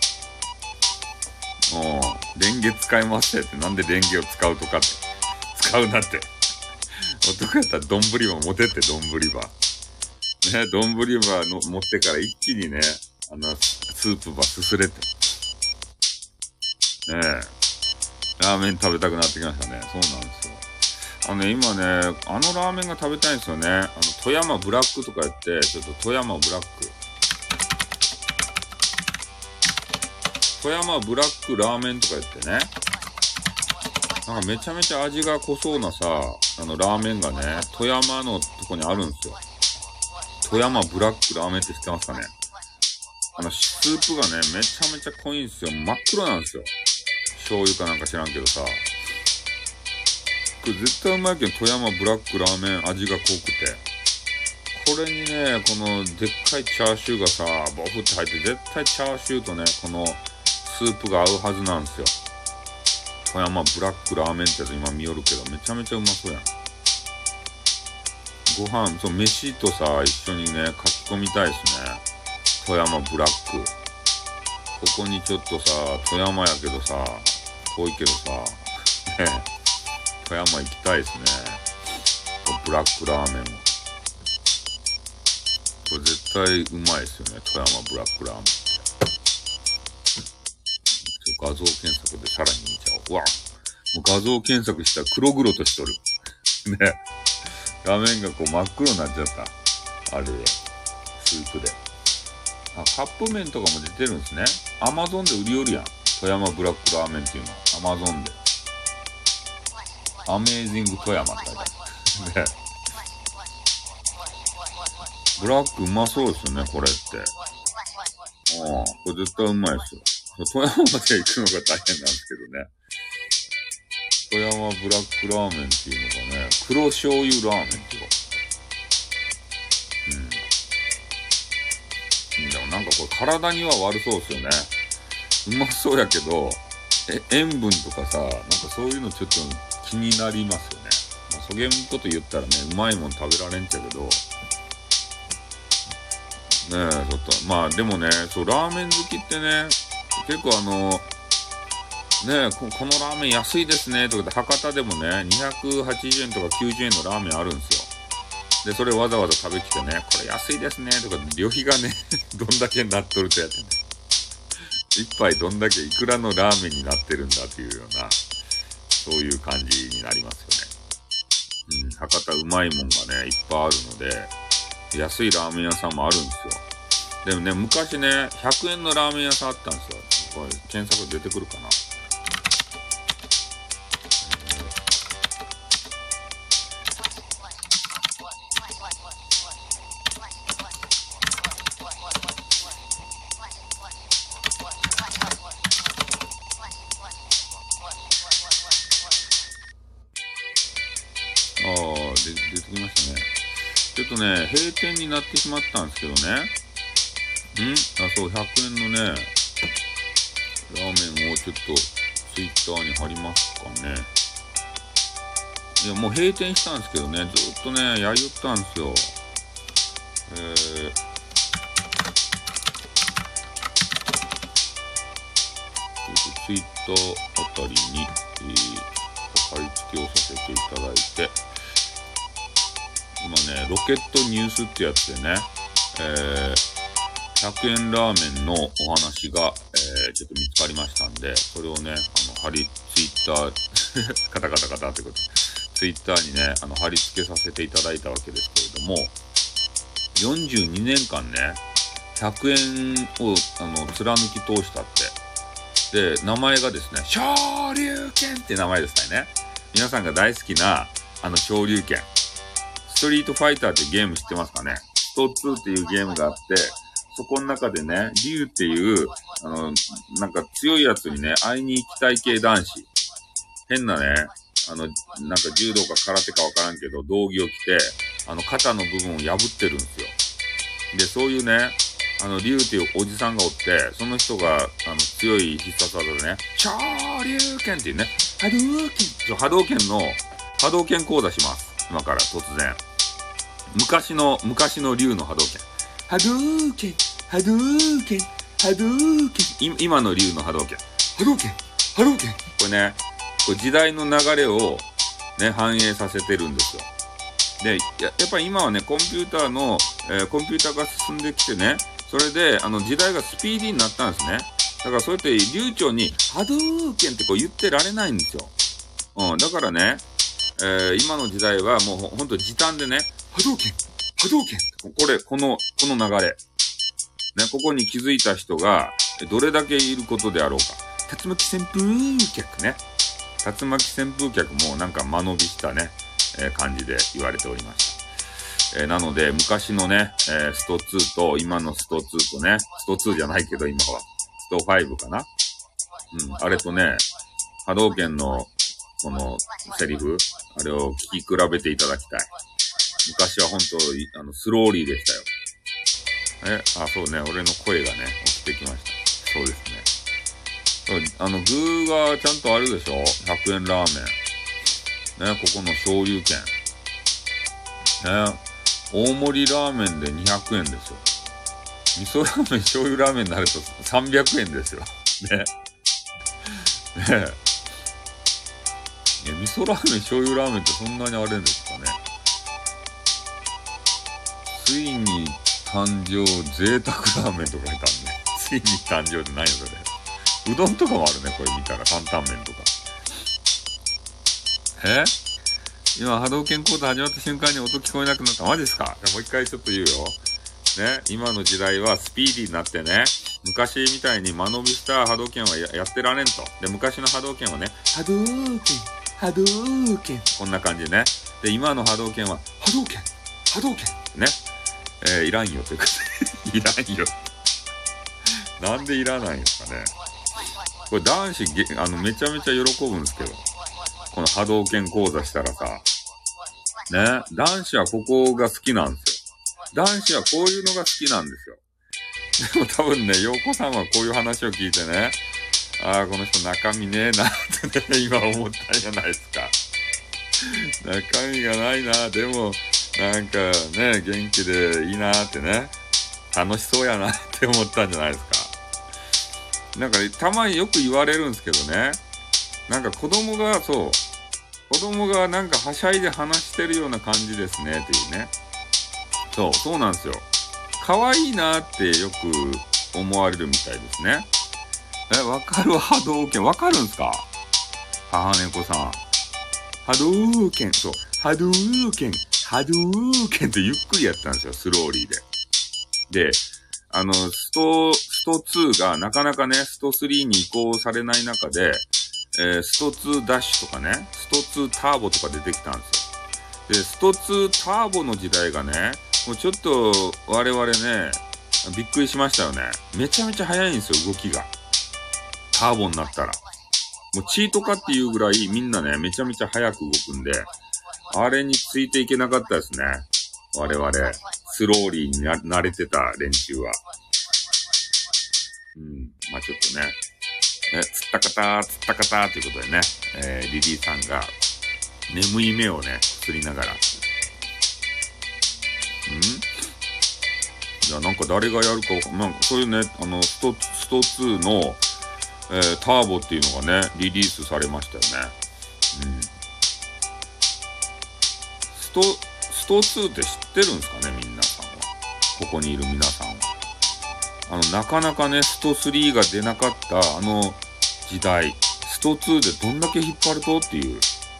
レンゲ使いますってなんでレンゲを使うとかって、使うなって。男やったら丼ば持てって丼ば。ね、丼ばの持ってから一気にね、スープばすすれて。ねラーメン食べたくなってきましたね。そうなんですよ。今ね、ラーメンが食べたいんですよね。富山ブラックとかやって、ちょっと富山ブラック。富山ブラックラーメンとか言ってね。なんかめちゃめちゃ味が濃そうなさ、ラーメンがね、富山のとこにあるんですよ。富山ブラックラーメンって知ってますかね？スープがね、めちゃめちゃ濃いんですよ。真っ黒なんですよ。醤油かなんか知らんけどさ。これ絶対うまいけど、富山ブラックラーメン味が濃くて。これにね、このでっかいチャーシューがさ、ボフって入って、絶対チャーシューとね、このスープが合うはずなんですよ。富山ブラックラーメンってやつ今見よるけど、めちゃめちゃうまそうやん。ご飯、飯とさ、一緒にね、書き込みたいですね。富山ブラック。ここにちょっとさ、富山やけどさ、遠いけどさ、ね、富山行きたいですね。ブラックラーメンも。これ絶対うまいですよね。富山ブラックラーメンって。画像検索でさらに見ちゃおう。うわ、もう画像検索したら黒々としとる。ね。画面が真っ黒になっちゃった。あれで。スープで。カップ麺とかも出てるんですね。アマゾンで売りよるやん。富山ブラックラーメンっていうの。アマゾンで。アメージング富山って書いてある。ね。ブラックうまそうですよね、これって。これ絶対うまいですよ。富山まで行くのが大変なんですけどね。富山ブラックラーメンっていうのがね、黒醤油ラーメンっていうか。でもなんかこれ体には悪そうですよね。うまそうやけど、塩分とかさ、なんかそういうのちょっと気になりますよね。そげんこと言ったらね、うまいもん食べられんちゃうけど、ねちょっと、でもね、ラーメン好きってね、結構ね、このラーメン安いですねとかで、博多でもね、280円とか90円のラーメンあるんですよ。で、それわざわざ食べきてね、これ安いですねとか、旅費がね、どんだけなっとるとやってね。一杯どんだけいくらのラーメンになってるんだというような、そういう感じになりますよね。博多うまいもんがね、いっぱいあるので、安いラーメン屋さんもあるんですよ。でもね、昔ね、100円のラーメン屋さんあったんですよ。これ、検索出てくるかな。出てきましたね。ちょっとね、閉店になってしまったんですけどね。そう、100円のね、ラーメンをちょっとツイッターに貼りますかね。いや、もう閉店したんですけどね、ずっとね、やりよったんですよ。ツイッターあたりに、貼り付けをさせていただいて、今ね、ロケットニュースってやつでね、100円ラーメンのお話が、ちょっと見つかりましたんで、それをね、ツイッター、カタカタカタってこと、ツイッターにね、貼り付けさせていただいたわけですけれども、42年間ね、100円を、貫き通したって。で、名前がですね、昇竜拳って名前ですかね。皆さんが大好きな、昇竜拳。ストリートファイターってゲーム知ってますかね。スト2っていうゲームがあって、そこの中でね、竜っていう、なんか強いやつにね、会いに行きたい系男子。変なね、なんか柔道か空手かわからんけど、道着を着て、肩の部分を破ってるんですよ。で、そういうね、竜っていうおじさんがおって、その人が、強い必殺技でね、昇竜拳っていうね、波動拳。波動拳の、波動拳講座します。今から突然。昔の竜の波動拳。波動拳、波動拳、波動拳。今の竜の波動拳。波動拳、波動拳。これね、時代の流れをね、反映させてるんですよ。で、やっぱり今はね、コンピューターが進んできてね、それで、時代がスピーディーになったんですね。だからそうやって流暢に波動拳ってこう言ってられないんですよ。だからね、今の時代はもうほんと時短でね、波動拳、波動拳。この流れ。ね、ここに気づいた人が、どれだけいることであろうか。竜巻旋風脚ね。竜巻旋風脚もなんか間延びしたね、感じで言われておりました。なので、昔のね、スト2と今のスト2とね、スト2じゃないけど今は、スト5かな。あれとね、波動拳のこのセリフ、あれを聞き比べていただきたい。昔は本当スローリーでしたよ。そうね、俺の声がね、落ちてきました。そうですね。具がちゃんとあるでしょ ?100 円ラーメン。ね、ここの昇竜拳。ね、大盛りラーメンで200円ですよ。味噌ラーメン、醤油ラーメンになると300円ですよ。ね。ね味噌ラーメン、醤油ラーメンってそんなにあるんですかね。ついに誕生贅沢ラーメンとか書いてあるね。ついに誕生って何よそれ。うどんとかもあるね、これ見たら。担々麺とか。今、波動拳講座始まった瞬間に音聞こえなくなった。マジですか？もう一回ちょっと言うよ。ね、今の時代はスピーディーになってね、昔みたいに間延びした波動拳は やってられんと。で、昔の波動拳はね、波動拳、波動拳。こんな感じね。で、今の波動拳は、波動拳、波動拳。ね。いらんよというか、いらんよ。なんでいらないんですかね。これ男子めちゃめちゃ喜ぶんですけど、この波動拳講座したらさ、ね、男子はここが好きなんですよ。男子はこういうのが好きなんですよ。でも多分ね、陽子さんはこういう話を聞いてね、この人中身ねえなってね、今思ったじゃないですか。中身がないな、でも、なんかね、元気でいいなってね、楽しそうやなって思ったんじゃないですか。なんかたまによく言われるんですけどね、 なんか子供がなんかはしゃいで話してるような感じですねっていうね。そうなんですよ。可愛いなってよく思われるみたいですね。わかる波動拳。わかるんすか？母猫さん。波動拳。そう。波動拳ってゆっくりやったんですよ。スローリーで。で、スト2がなかなかね、スト3に移行されない中で、スト2ダッシュとかね、スト2ターボとか出てきたんですよ。で、スト2ターボの時代がね、もうちょっと我々ね、びっくりしましたよね。めちゃめちゃ速いんですよ、動きが。ターボになったら。もうチートかっていうぐらいみんなね、めちゃめちゃ速く動くんで、あれについていけなかったですね。我々、スローリーに慣れてた連中は。まあちょっとね、つったかたということでね、リリーさんが眠い目をね、すりながら。いや、なんか誰がやるか、なんかそういうね、スト2の、ターボっていうのがね、リリースされましたよね。スト2って知ってるんですかね、皆さんは。ここにいる皆さんは。なかなかね、スト3が出なかった時代、スト2でどんだけ引っ張るとっていう。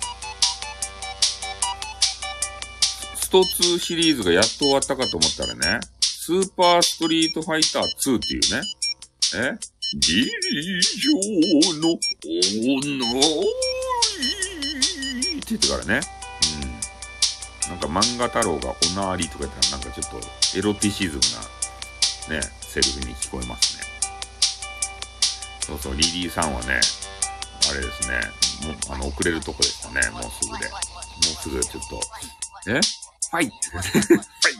スト2シリーズがやっと終わったかと思ったらね、スーパーストリートファイター2っていうね、リリジョのおのいって言ってからね、なんか漫画太郎がおなーりとか言ったらなんかちょっとエロティシズムなね、セリフに聞こえますね。そう、リリーさんはね、あれですね、もう遅れるとこでしたね、もうすぐちょっと、ファイファイ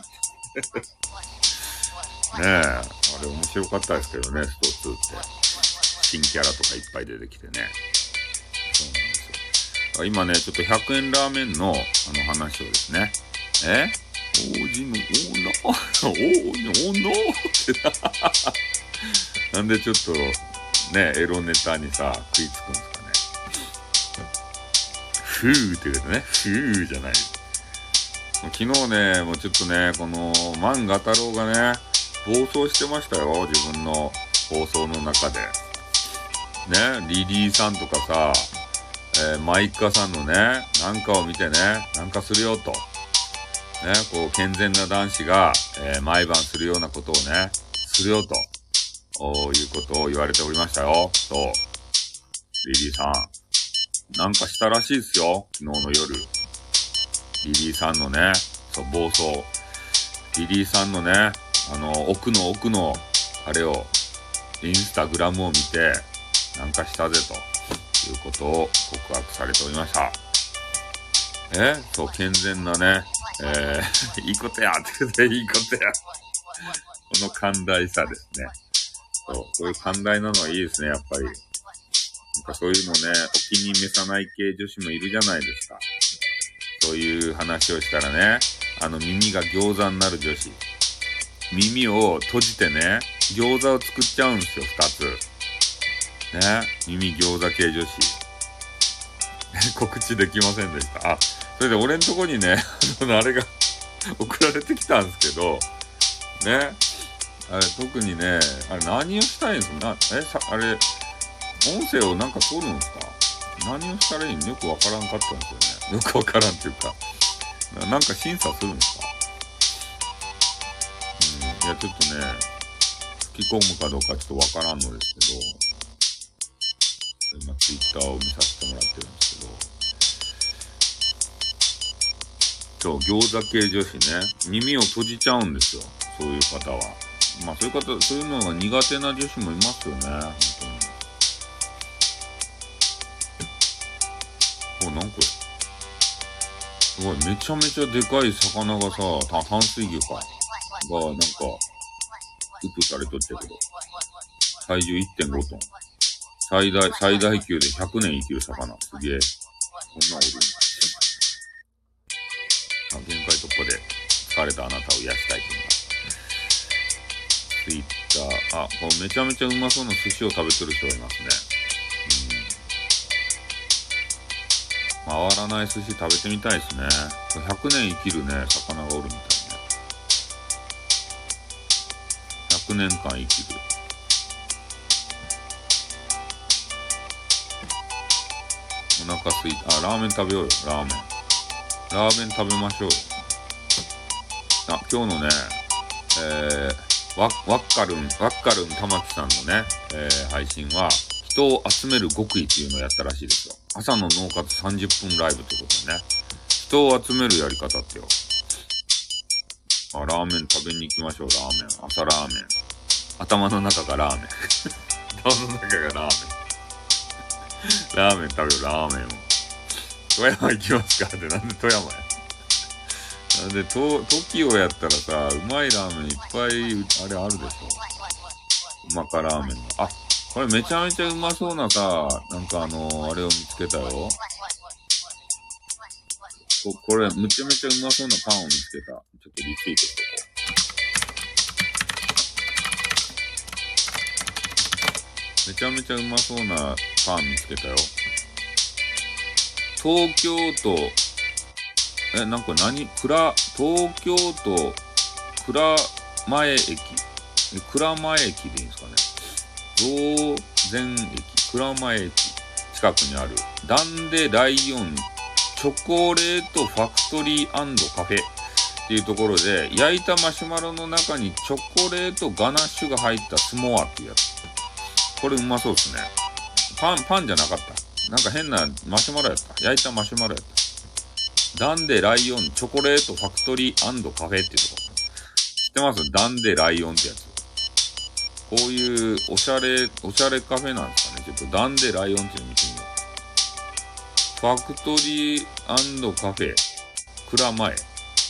ねえ、あれ面白かったですけどね、スト2って。新キャラとかいっぱい出てきてね。そうなんですよ。今ね、ちょっと100円ラーメンの話をですね。王子のオーナーってなんでちょっとね、エロネタにさ、食いつくんですかね。ふーって言うとね、ふーじゃない。昨日ね、もうちょっとね、この漫画太郎がね、暴走してましたよ、自分の放送の中で。ね、リリーさんとかさ、マイカさんのね、なんかを見てね、なんかするよと。ね、こう、健全な男子が、毎晩するようなことをね、するよと、いうことを言われておりましたよ。そう。リリーさん、なんかしたらしいですよ、昨日の夜。リリーさんのね、そう、暴走。リリーさんのね、奥の、あれを、インスタグラムを見て、なんかしたぜということを告白されておりました。そう、健全なね、いいことやって言っていいことや。この寛大さですね。そう、こういう寛大なのはいいですね、やっぱり。なんかそういうのね、お気に召さない系女子もいるじゃないですか。そういう話をしたらね、耳が餃子になる女子。耳を閉じてね、餃子を作っちゃうんですよ、2つ。ね、耳餃子系女子。告知できませんでした。それで俺んとこにね、あれが送られてきたんですけど、ね、あれ特にね、あれ何をしたいんですか？あれ、音声をなんか取るんですか？何をしたらいいの？よくわからんかったんですよね。よくわからんっていうか、なんか審査するんですか？いや、ちょっとね、吹き込むかどうかちょっとわからんのですけど、今ツイッターを見させてもらってるんですけど、そう、餃子系女子ね、耳を閉じちゃうんですよ、そういう方は。まあそういうのが苦手な女子もいますよね、本当に。なんかすごい、めちゃめちゃでかい魚がさ、淡水魚か。が、なんか、ウップされとったけど、体重 1.5 トン。最大級で100年生きる魚。すげえ。こんなおる。限界突破で疲れたあなたを癒したいと思います。ツイッター、これめちゃめちゃうまそうな寿司を食べてる人がいますね。 回らない寿司食べてみたいですね。100年生きるね、魚がおるみたいね。100年間生きる。お腹すいた。ラーメン食べようよ、ラーメン。ラーメン食べましょうよ。今日のね、ワッカルン玉木さんのね、配信は、人を集める極意っていうのをやったらしいですよ。朝の脳活30分ライブってことでね。人を集めるやり方ってよ。ラーメン食べに行きましょう、ラーメン。朝ラーメン。頭の中がラーメン。頭の中がラーメン。ラーメン食べよう、ラーメンを。富山行きますかって、なんで富山や。なんで、TOKIO やったらさ、うまいラーメンいっぱい、あれあるでしょ。うまかラーメンの。これめちゃめちゃうまそうなさ、なんかあれを見つけたよ。これめちゃめちゃうまそうなパンを見つけた。ちょっとリツイートしとこう。めちゃめちゃうまそうなパン見つけたよ。東京都、なんか東京都蔵前駅。蔵前駅でいいんですかね。造前駅、蔵前駅近くにあるダンデライオンチョコレートファクトリー&カフェっていうところで、焼いたマシュマロの中にチョコレートガナッシュが入ったスモアっていうやつ。これうまそうですね。パンじゃなかった。なんか変なマシュマロやった。焼いたマシュマロやった。ダンデライオンチョコレートファクトリー&カフェっていうところ。知ってます？ダンデライオンってやつ。こういうおしゃれカフェなんですかね。ちょっとダンデライオンっていうの見てみよう。ファクトリー&カフェ蔵前。こ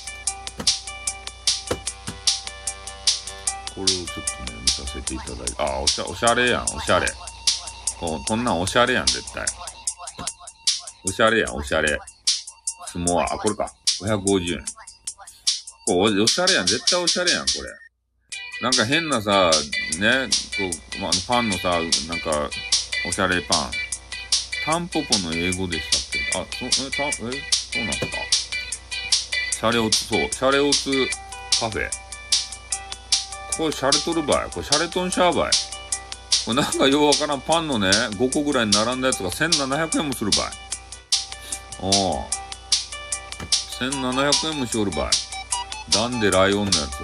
れをちょっとね見させていただいて、おしゃれやん、おしゃれ。こんなんおしゃれやん、絶対。おしゃれやん、おしゃれ。スモア、これか。550円。おしゃれやん、絶対おしゃれやん、これ。なんか変なさ、ね、パンのさ、なんか、おしゃれパン。タンポポの英語でしたっけ？そうなんですか？シャレオツカフェ。これシャレとるばい。これシャレとんシャーばい。これなんかようわからんパンのね、5個ぐらい並んだやつが1700円もするばい。1700円もしおるばい。ダンデライオンのやつ。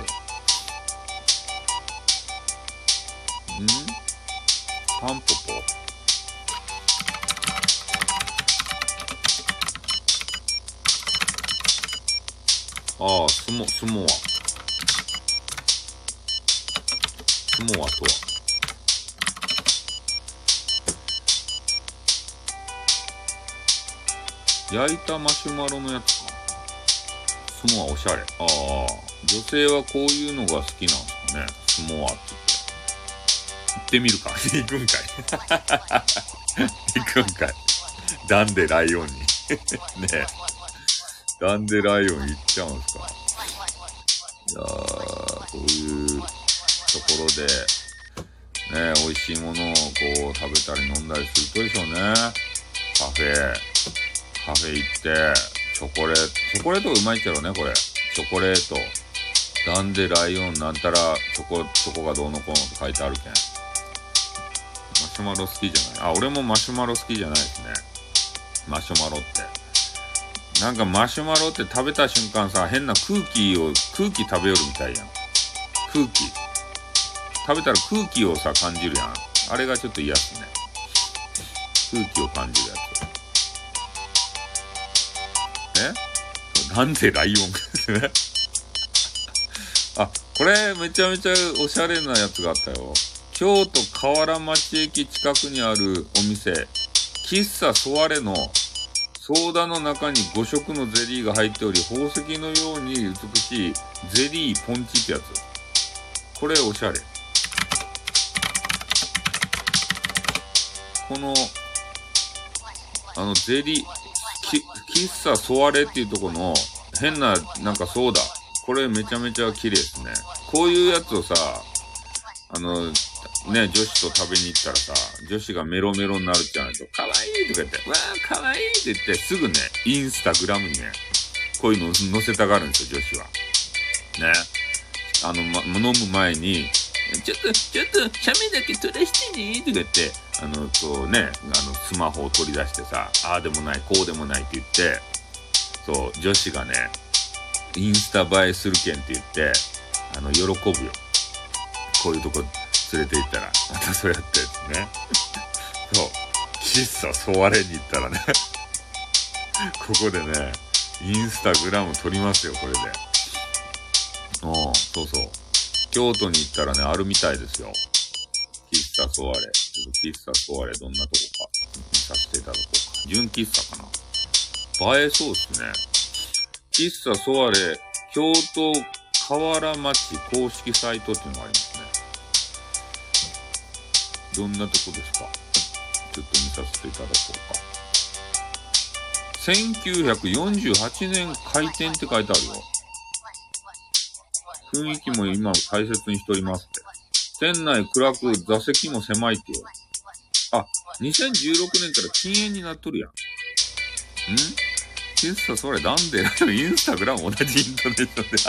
タンポポ。スモアとは。焼いたマシュマロのやつか。スモアおしゃれ。女性はこういうのが好きなんですかね。スモアって言って。行ってみるか。行くんかい。行くんかい。ダンデライオンに。ねえ。ダンデライオン行っちゃうんすか。いやこういうところで、ね、美味しいものをこう食べたり飲んだりするとでしょうね。カフェ行って、チョコレートうまいっちゃろね、これ。チョコレート。ダンデライオンなんたらチョコがどうのこうのって書いてあるけん。マシュマロ好きじゃない。俺もマシュマロ好きじゃないですね。マシュマロって。なんかマシュマロって食べた瞬間さ、変な空気食べよるみたいやん。空気。食べたら空気をさ、感じるやん。あれがちょっと嫌っすね。空気を感じるやつ。なんでライオンですね。これめちゃめちゃおしゃれなやつがあったよ。京都河原町駅近くにあるお店、喫茶ソワレのソーダの中に5色のゼリーが入っており、宝石のように美しいゼリーポンチってやつ。これおしゃれ。このゼリー喫茶ソワレっていうとこの変ななんかソーダ、これめちゃめちゃ綺麗ですね。こういうやつをさ、 女子と食べに行ったらさ、女子がメロメロになるじゃないと、かわいいとか言って、わーかわいいって言って、すぐね、インスタグラムにね、こういうの載せたがるんですよ、女子は。ね。飲む前に、ちょっと、写メだけ撮らしてねとか言って、スマホを取り出してさ、ああでもない、こうでもないって言って、そう、女子がね、インスタ映えするけんって言って、喜ぶよ。こういうとこ連れて行ったら、またそうやってね。そう、喫茶ソワレに行ったらね、ここでね、インスタグラム撮りますよ、これで。そうそう。京都に行ったらね、あるみたいですよ。喫茶ソワレ。ちょっと喫茶ソワレどんなとこか見させていただこうか。純喫茶かな。映えそうっすね。喫茶ソワレ、京都河原町公式サイトっていうのがありますね。どんなとこですか？ちょっと見させていただこうか。1948年開店って書いてあるよ。雰囲気も今大切にしておりますって。店内暗く座席も狭いってよ。あ、2016年から禁煙になっとるやん。喫茶それなんでインスタグラム同じイントネーションで。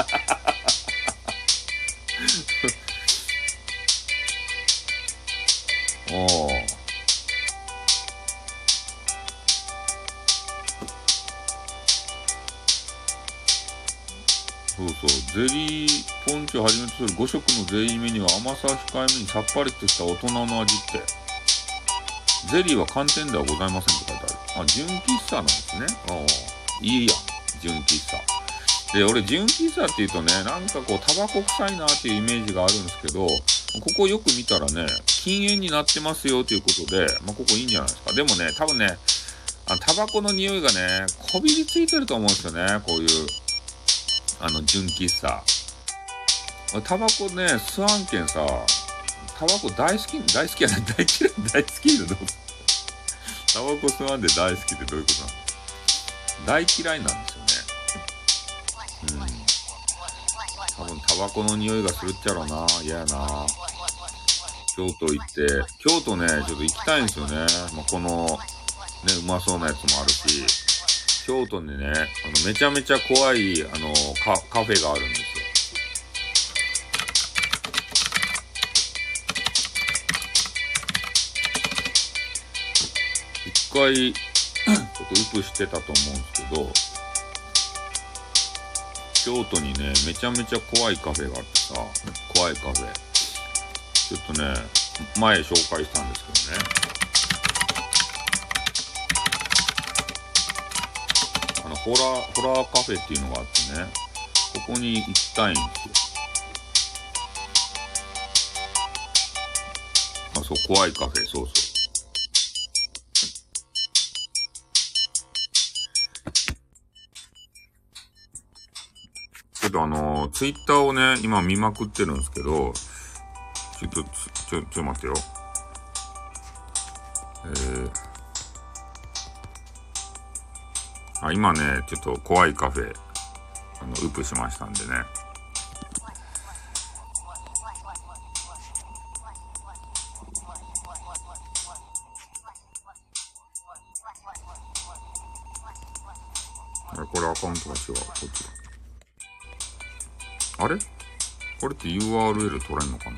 そうそう、ゼリーポンチをはじめとする5色のゼリーメニューは甘さ控えめにさっぱりとした大人の味って。ゼリーは寒天ではございませんって書いてある。純喫茶なんですね。いいやん、純喫茶。で、俺純喫茶って言うとね、なんかこうタバコ臭いなっていうイメージがあるんですけど、ここよく見たらね、禁煙になってますよということで、ここいいんじゃないですか。でもね、多分ね、タバコの匂いがね、こびりついてると思うんですよね、こういう、純喫茶。タバコね、吸わんけんさ、タバコ大好きやな、大嫌い、大好きでどうタバコ吸わんで大好きってどういうことなの？大嫌いなんですよね。多分タバコの匂いがするっちゃろうな。嫌やな。京都行って、京都ね、ちょっと行きたいんですよね。この、ね、うまそうなやつもあるし、京都にね、めちゃめちゃ怖い、カフェがあるんですよ。一回、ちょっとウプしてたと思うんですけど、京都にね、めちゃめちゃ怖いカフェがあってさ、怖いカフェ。ちょっとね、前紹介したんですけどね。ホラーカフェっていうのがあってね、ここに行きたいんですよ。そう、怖いカフェ、そうそう。ちょっとツイッターをね、今見まくってるんですけど、ちょっと待ってよ。今ね、ちょっと怖いカフェ、ウプしましたんでね。これアカウントが違う。こっちだ。あれこれって URL 取れんのかな？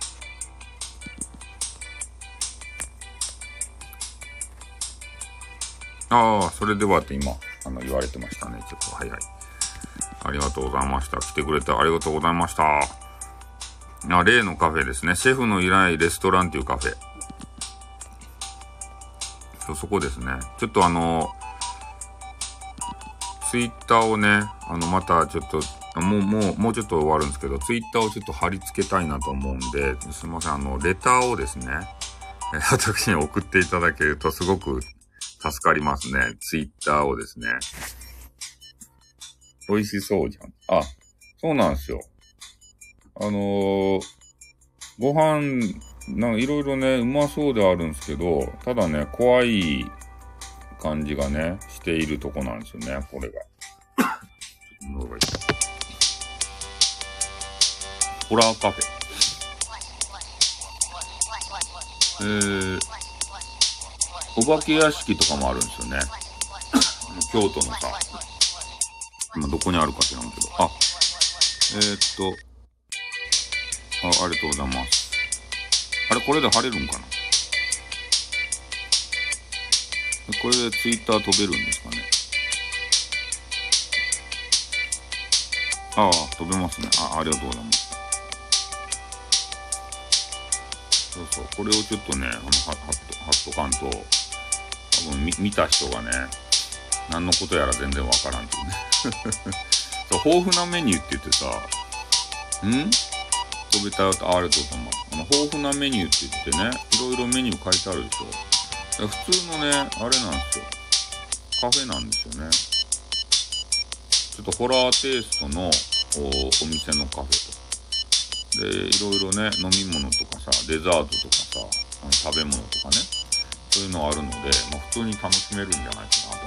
それではって今、言われてましたね。ちょっと、はいはい。ありがとうございました。来てくれてありがとうございました。例のカフェですね。シェフのいないレストランっていうカフェ。そこですね。ちょっとツイッターをね、またちょっと、もうちょっと終わるんですけど、ツイッターをちょっと貼り付けたいなと思うんで、すいません、レターをですね、私に送っていただけるとすごく助かりますね。ツイッターをですね。美味しそうじゃん。そうなんですよ。ご飯、いろいろね、うまそうであるんですけど、ただね、怖い感じがね、しているとこなんですよね、これが。ホラーカフェ。 お化け屋敷とかもあるんですよね。京都のさ、今どこにあるか知らんけど、ありがとうございます。あれ、これで貼れるんかな。これでツイッター飛べるんですかね。飛べますね。ありがとうございます。そう、これをちょっとね、貼っとかんと、多分見た人がね、何のことやら全然わからんっていうね。そう、豊富なメニューって言ってさ、飛べたよと、ありがとうございます。豊富なメニューって言ってね、いろいろメニュー書いてあるでしょ。普通のね、あれなんですよ。カフェなんですよね。ちょっとホラーテイストのお店のカフェと。で、いろいろね、飲み物とかさ、デザートとかさ、食べ物とかね、そういうのあるので、普通に楽しめるんじゃないかなと思って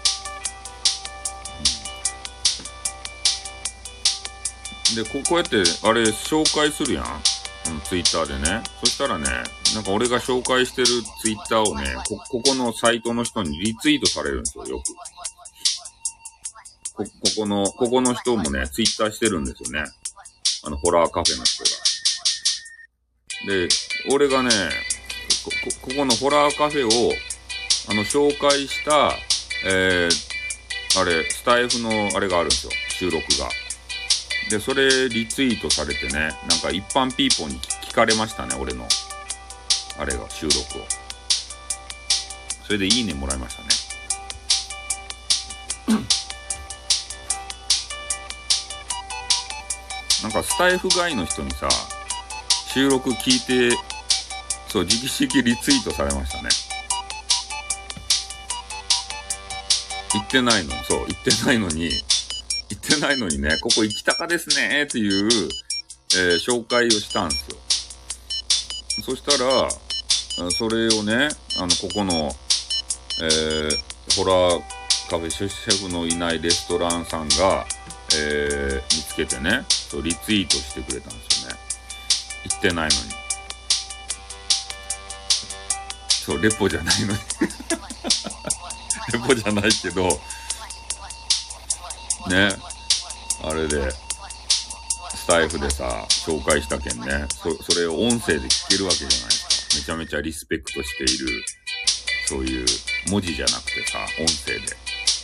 。で、こうやって、あれ、紹介するやん。ツイッターでね。そしたらね、なんか俺が紹介してるツイッターをね、ここのサイトの人にリツイートされるんですよ、よく。ここの人もね、ツイッターしてるんですよね。ホラーカフェの人が。で、俺がね、ここのホラーカフェを、紹介した、スタイフのあれがあるんですよ。収録が。で、それリツイートされてね、なんか一般ピーポーに聞かれましたね、俺の。あれが、収録を。それでいいねもらいましたね。なんかスタイフ外の人にさ、収録聞いて、そう、直々リツイートされましたね。言ってないのにね、ここ行きたかですねっていう、紹介をしたんですよ。そしたら、それをね、ここの、ホラーカフェシェフのいないレストランさんが、見つけてね、そうリツイートしてくれたんですよね。言ってないのに。そう、レポじゃないのに。レポじゃないけど、ね、あれで、スタイフでさ、紹介したけんね、それを音声で聞けるわけじゃないですか。めちゃめちゃリスペクトしている、そういう文字じゃなくてさ、音声で。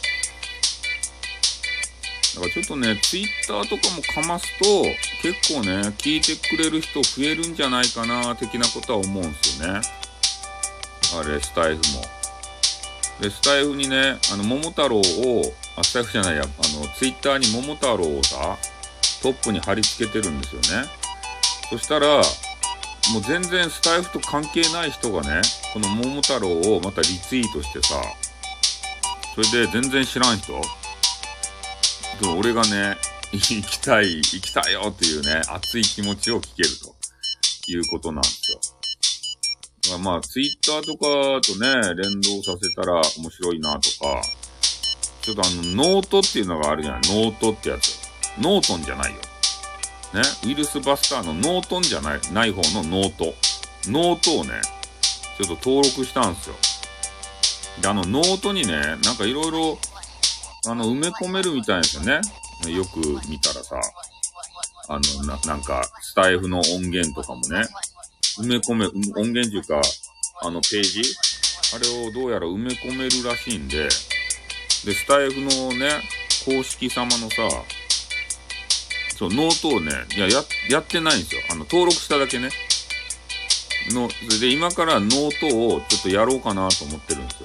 だからちょっとね、ツイッターとかもかますと、結構ね、聞いてくれる人増えるんじゃないかな、的なことは思うんですよね。あれ、スタイフも。で、スタイフにね、桃太郎を、スタイフじゃないや、ツイッターに桃太郎をさ、トップに貼り付けてるんですよね。そしたら、もう全然スタイフと関係ない人がね、この桃太郎をまたリツイートしてさ、それで全然知らん人、俺がね、行きたいよっていうね、熱い気持ちを聞けるということなんですよ。だからまあ、ツイッターとかとね、連動させたら面白いなとか、ちょっとノートっていうのがあるじゃない、ノートってやつ。ノートンじゃないよ。ね、ウイルスバスターのノートンじゃない方のノート。ノートをね、ちょっと登録したんですよ。で、ノートにね、なんかいろいろ、埋め込めるみたいですよね。よく見たらさ、なんか、スタイフの音源とかもね、音源っていうか、ページあれをどうやら埋め込めるらしいんで、で、スタイフのね、公式様のさ、そう、ノートをね、やってないんですよ。登録しただけね。で、今からノートをちょっとやろうかなと思ってるんですよ。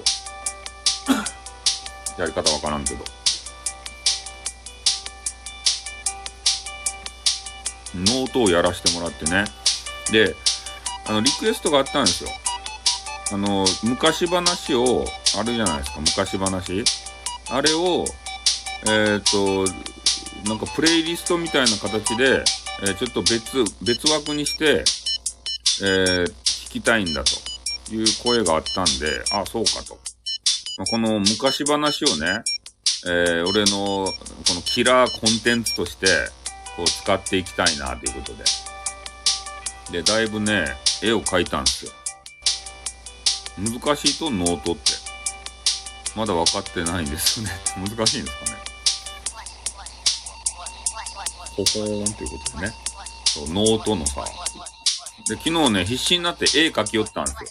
やり方わからんけど。ノートをやらせてもらってね。で、リクエストがあったんですよ。昔話を、あるじゃないですか、昔話。あれを、なんかプレイリストみたいな形で、ちょっと別枠にして、聞きたいんだという声があったんで、あ、そうかと。この昔話をね、俺のこのキラーコンテンツとしてこう使っていきたいなということで。で、だいぶね、絵を描いたんですよ。 難しいとノートって。まだ分かってないんですよね。難しいんですかね。ほほーんっていうことでね。そう、ノートのさ。で、昨日ね、必死になって絵描き寄ったんですよ。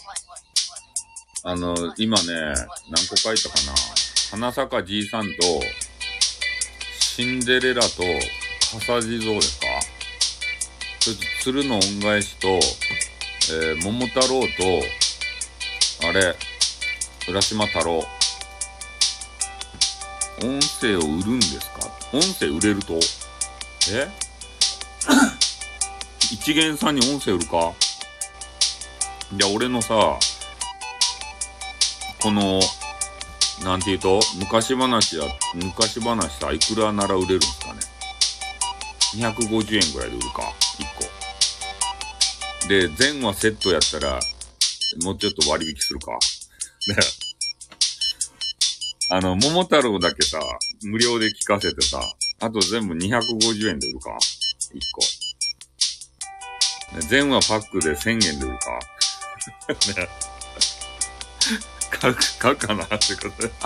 今ね、何個描いたかな。花坂じいさんと、シンデレラと、笠地蔵ですか。それと、鶴の恩返しと、桃太郎と、あれ、浦島太郎。音声を売るんですか？音声売れると一元さんに音声売るか？いや、俺のさ、この、なんていうと、昔話さ、いくらなら売れるんですかね。250円ぐらいで売るか、1個。で、全話セットやったら、もうちょっと割引するか。ね。桃太郎だけさ、無料で聞かせてさ、あと全部250円で売るか ?1 個。ね、全話パックで1000円で売るか。ね。買うかなってことで。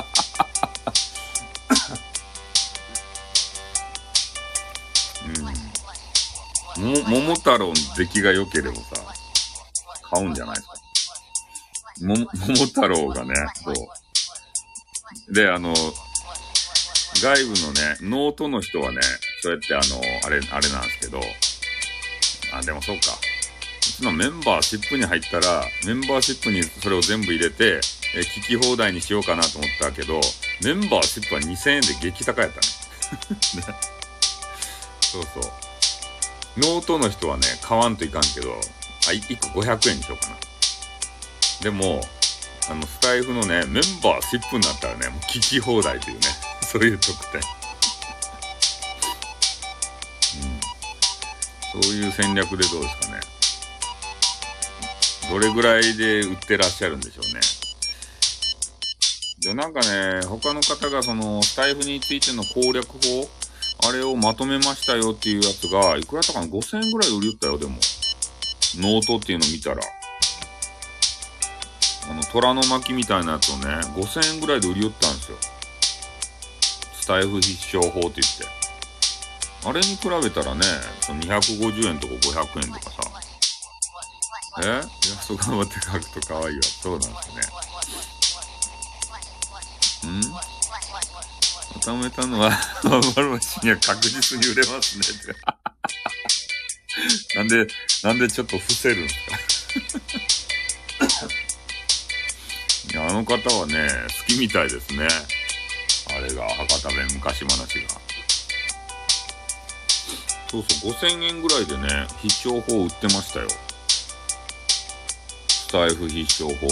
桃太郎の出来が良ければさ、買うんじゃないですか。桃太郎がね、そう。で、外部のね、ノートの人はね、そうやってあれなんですけど、でもそうか。うちのメンバーシップに入ったら、メンバーシップにそれを全部入れて、聞き放題にしようかなと思ったけど、メンバーシップは2000円で激高やったね。ね、そうそう。ノートの人はね、買わんといかんけど、1個500円にしようかな。でも、スタイフのね、メンバーシップになったらね、もう聞き放題というね、そういう特典。そういう戦略でどうですかね。どれぐらいで売ってらっしゃるんでしょうね。で、なんかね、他の方がその、スタイフについての攻略法、あれをまとめましたよっていうやつが、いくらだったかな ?5000 円ぐらいで売り売ったよ、でも。ノートっていうの見たら。虎の巻みたいなやつをね、5000円ぐらいで売り売ったんですよ。スタイフ必勝法って言って。あれに比べたらね、その250円とか500円とかさ。いや、そう頑張って書くと可愛いわ。そうなんですね。まとめたのは、マルマシには確実に売れますねって。なんでちょっと伏せるんですか。いや、あの方はね、好きみたいですね。あれが、博多弁昔話が。そうそう、5000円ぐらいでね、必勝法売ってましたよ。スタイフ必勝法。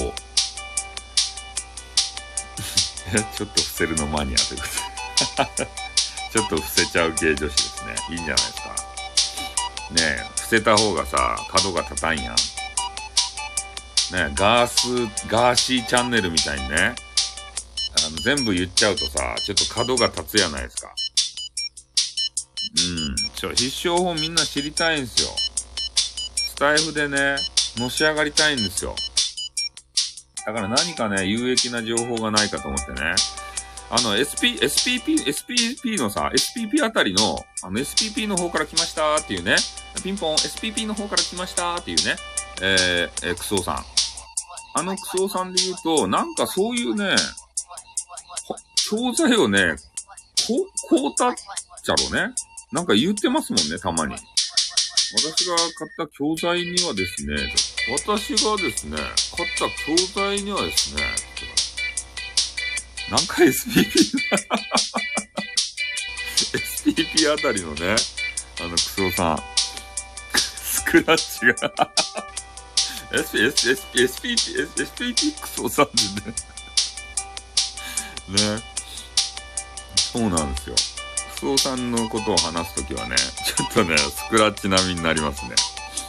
ちょっと伏せるのマニアということで。ちょっと伏せちゃう系女子ですね。いいんじゃないですか。ねえ、伏せた方がさ、角が立たんやん。ね、ガーシーチャンネルみたいにね、全部言っちゃうとさ、ちょっと角が立つやないですか。必勝法みんな知りたいんですよ。スタイフでね、のし上がりたいんですよ。だから何かね、有益な情報がないかと思ってね。SPP のさ、SPP あたりの、SPP の方から来ましたっていうね、ピンポン、SPP の方から来ましたっていうね、クソさん。クソさんで言うと、なんかそういうね、教材をね、こうたっちゃろね。なんか言ってますもんね、たまに。私が買った教材にはですね、買った教材にはですね、何回 SPP あたりのね、クソさん、スクラッチがSPP クソさんでね。ね。そうなんですよ。クソさんのことを話すときはね、ちょっとね、スクラッチ並みになりますね。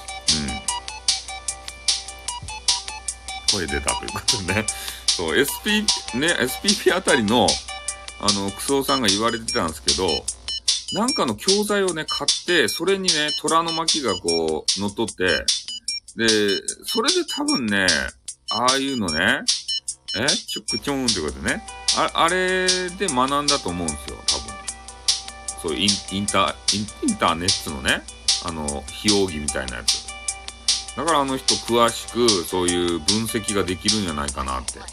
声出たということでね。そう、SPP あたりの、クソさんが言われてたんですけど、なんかの教材をね、買って、それにね、虎の巻がこう、乗っ取って、で、それで多分ね、 ああいうのね、チュックチョーンってことね。あれで学んだと思うんですよ、多分。そういうインターネットのね、非奥義みたいなやつ。だからあの人詳しくそういう分析ができるんじゃないかなって。ね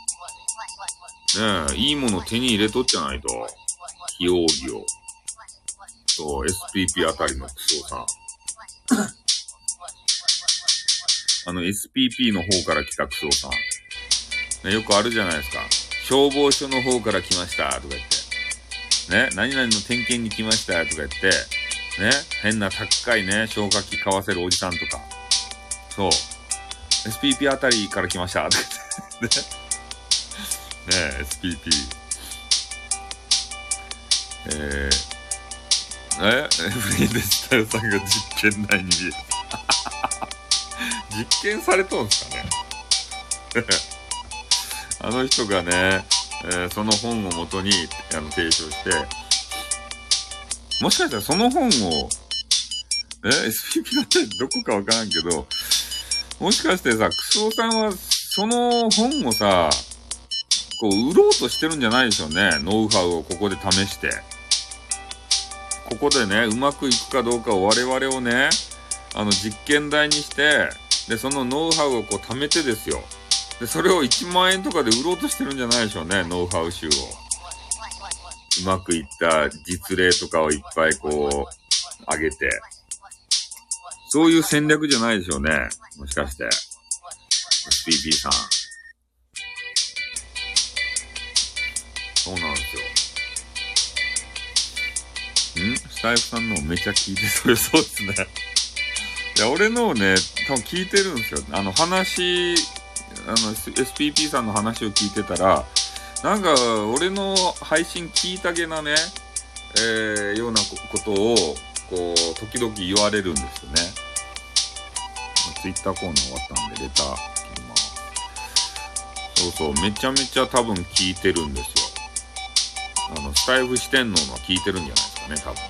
え、いいもの手に入れとっちゃないと、非奥義を。そう、SPP あたりのクソさん。SPP の方から来たクソさん。ね、よくあるじゃないですか。消防署の方から来ましたとか言って。ね、何々の点検に来ましたとか言って、ね、変な高いね、消火器買わせるおじさんとか。そう。SPP あたりから来ましたとか言って。ね、SPP。フレイデスタイルさんが実験内に見える。実験されとんすかね。あの人がね、その本を元に提唱して、もしかしたらその本を、SPP だってどこかわからんけど、もしかしてさ、クソさんはその本をさ、こう売ろうとしてるんじゃないでしょうね。ノウハウをここで試して。ここでね、うまくいくかどうかを我々をね、実験台にして、で、そのノウハウをこう貯めてですよ。で、それを1万円とかで売ろうとしてるんじゃないでしょうね、ノウハウ集を。うまくいった実例とかをいっぱいこう、上げて。そういう戦略じゃないでしょうね。もしかして。SPP さん。そうなんですよ。スタイフさんのめちゃ聞いてそうですね。いや、俺のをね、多分聞いてるんですよ。SPP さんの話を聞いてたら、なんか、俺の配信聞いたげなね、ようなことを、こう、時々言われるんですよね。ツイッターコーナー終わったんで、レター切ります。そうそう、めちゃめちゃ多分聞いてるんですよ。スタイフ四天王の聞いてるんじゃないですかね、多分。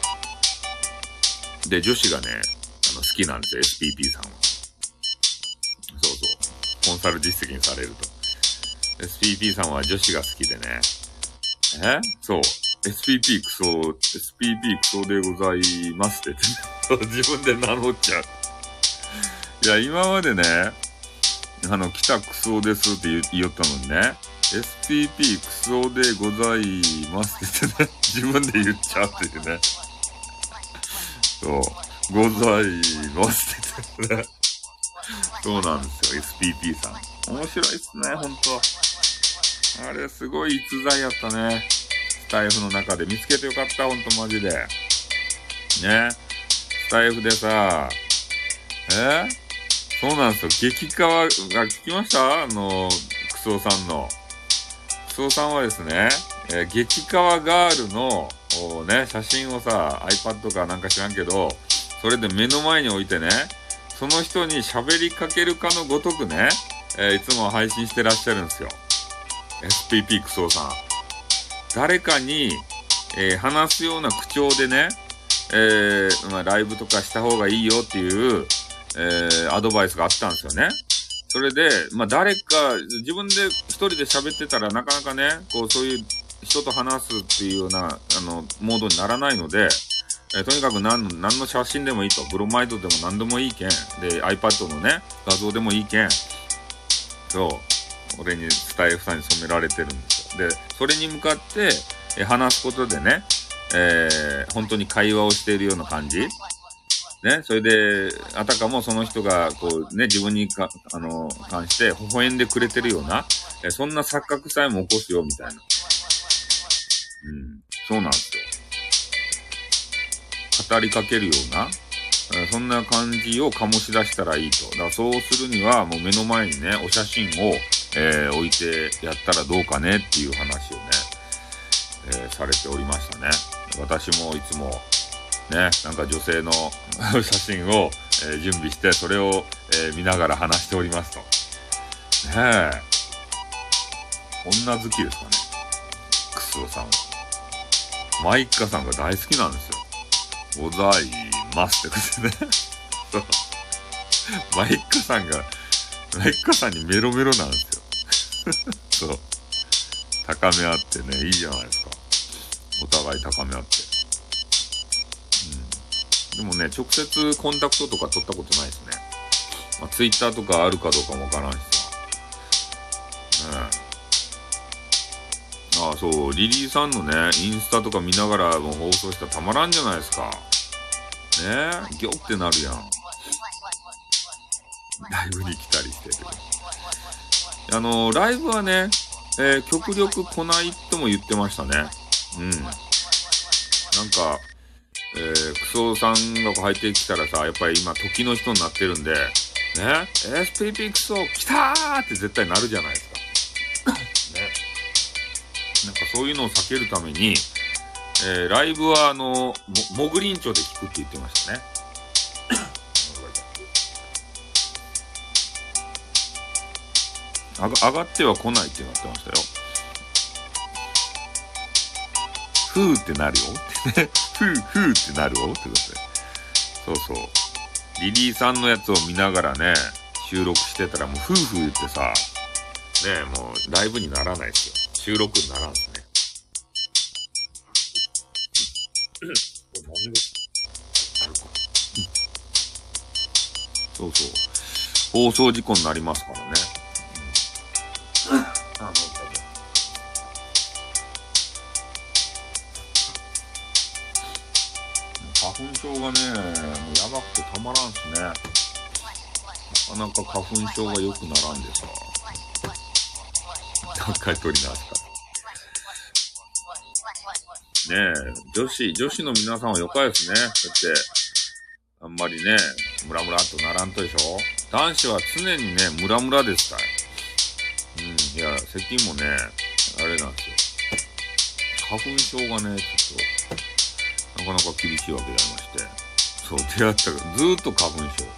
で、女子がね、好きなんですよ、SPP さんは。そうそう。コンサル実績にされると。SPP さんは女子が好きでね。そう。SPP クソでございますって自分で名乗っちゃう。いや、今までね、北クソですって言ったのにね、SPP クソでございますってね、自分で言っちゃうっていうね。そう。ございますってね。そうなんですよ、SPP さん。面白いっすね、ほんと。あれ、すごい逸材やったね。スタイフの中で見つけてよかった、ほんとマジで。ね。スタイフでさ、そうなんですよ。激カワが聞きました？クソさんの。クソさんはですね、激カワガールの、ね、写真をさ、iPad かなんか知らんけど、それで目の前に置いてね、その人に喋りかけるかのごとくね、いつも配信してらっしゃるんですよ。SPP クソさん。誰かに、話すような口調でね、ライブとかした方がいいよっていう、アドバイスがあったんですよね。それで、誰か、自分で一人で喋ってたらなかなかね、こう、そういう人と話すっていうような、モードにならないので、とにかく何の写真でもいいと。ブロマイドでも何でもいいけん。で、iPad のね、画像でもいいけん。そう。俺にスタイフさんに染められてるんですよ。で、それに向かって、話すことでね、本当に会話をしているような感じ。ね、それで、あたかもその人が、こうね、自分に関して微笑んでくれてるような、そんな錯覚さえも起こすよ、みたいな。そうなんですよ。語りかけるような、そんな感じを醸し出したらいいと。だからそうするには、もう目の前にね、お写真を、置いてやったらどうかねっていう話をね、されておりましたね。私もいつも、ね、なんか女性の写真を、準備して、それを、見ながら話しておりますと。ねえ。女好きですかね。クソさんは。マイッカさんが大好きなんですよ。ございますってことでね。そう。マイッカさんがライカさんにメロメロなんですよ。そう。高め合ってね、いいじゃないですか。お互い高め合って。でもね、直接コンタクトとか取ったことないですね。まあ、ツイッターとかあるかどうかもわからんしさ。ああ、そう、リリーさんのね、インスタとか見ながらも放送したらたまらんじゃないですか。ねえ、ギョってなるやん。ライブに来たりしてて。ライブはね、極力来ないとも言ってましたね。なんか、クソさんが入ってきたらさ、やっぱり今時の人になってるんで、ね、SPP クソ来たーって絶対なるじゃないですか。ね。なんかそういうのを避けるために、ライブはモグリンチョで聞くって言ってましたね。上がっては来ないってなってましたよ。ふーってなるよってね。ふーってなるよってことで。そうそう。リリーさんのやつを見ながらね、収録してたらもうふー言ってさ、ね、もうライブにならないですよ。収録にならんですね。これ何があるか。そうそう。放送事故になりますからね。花粉症がね、もうやばくてたまらんすね。なかなか花粉症が良くならんでさ。何回取り直すか。ねえ、女子の皆さんはよかですね。だって、あんまりね、ムラムラっとならんとでしょ。男子は常にね、ムラムラですから。いや、咳もね、あれなんですよ。花粉症がね、ちょっと、なかなか厳しいわけでありまして。そう、出会ったから、ずーっと花粉症。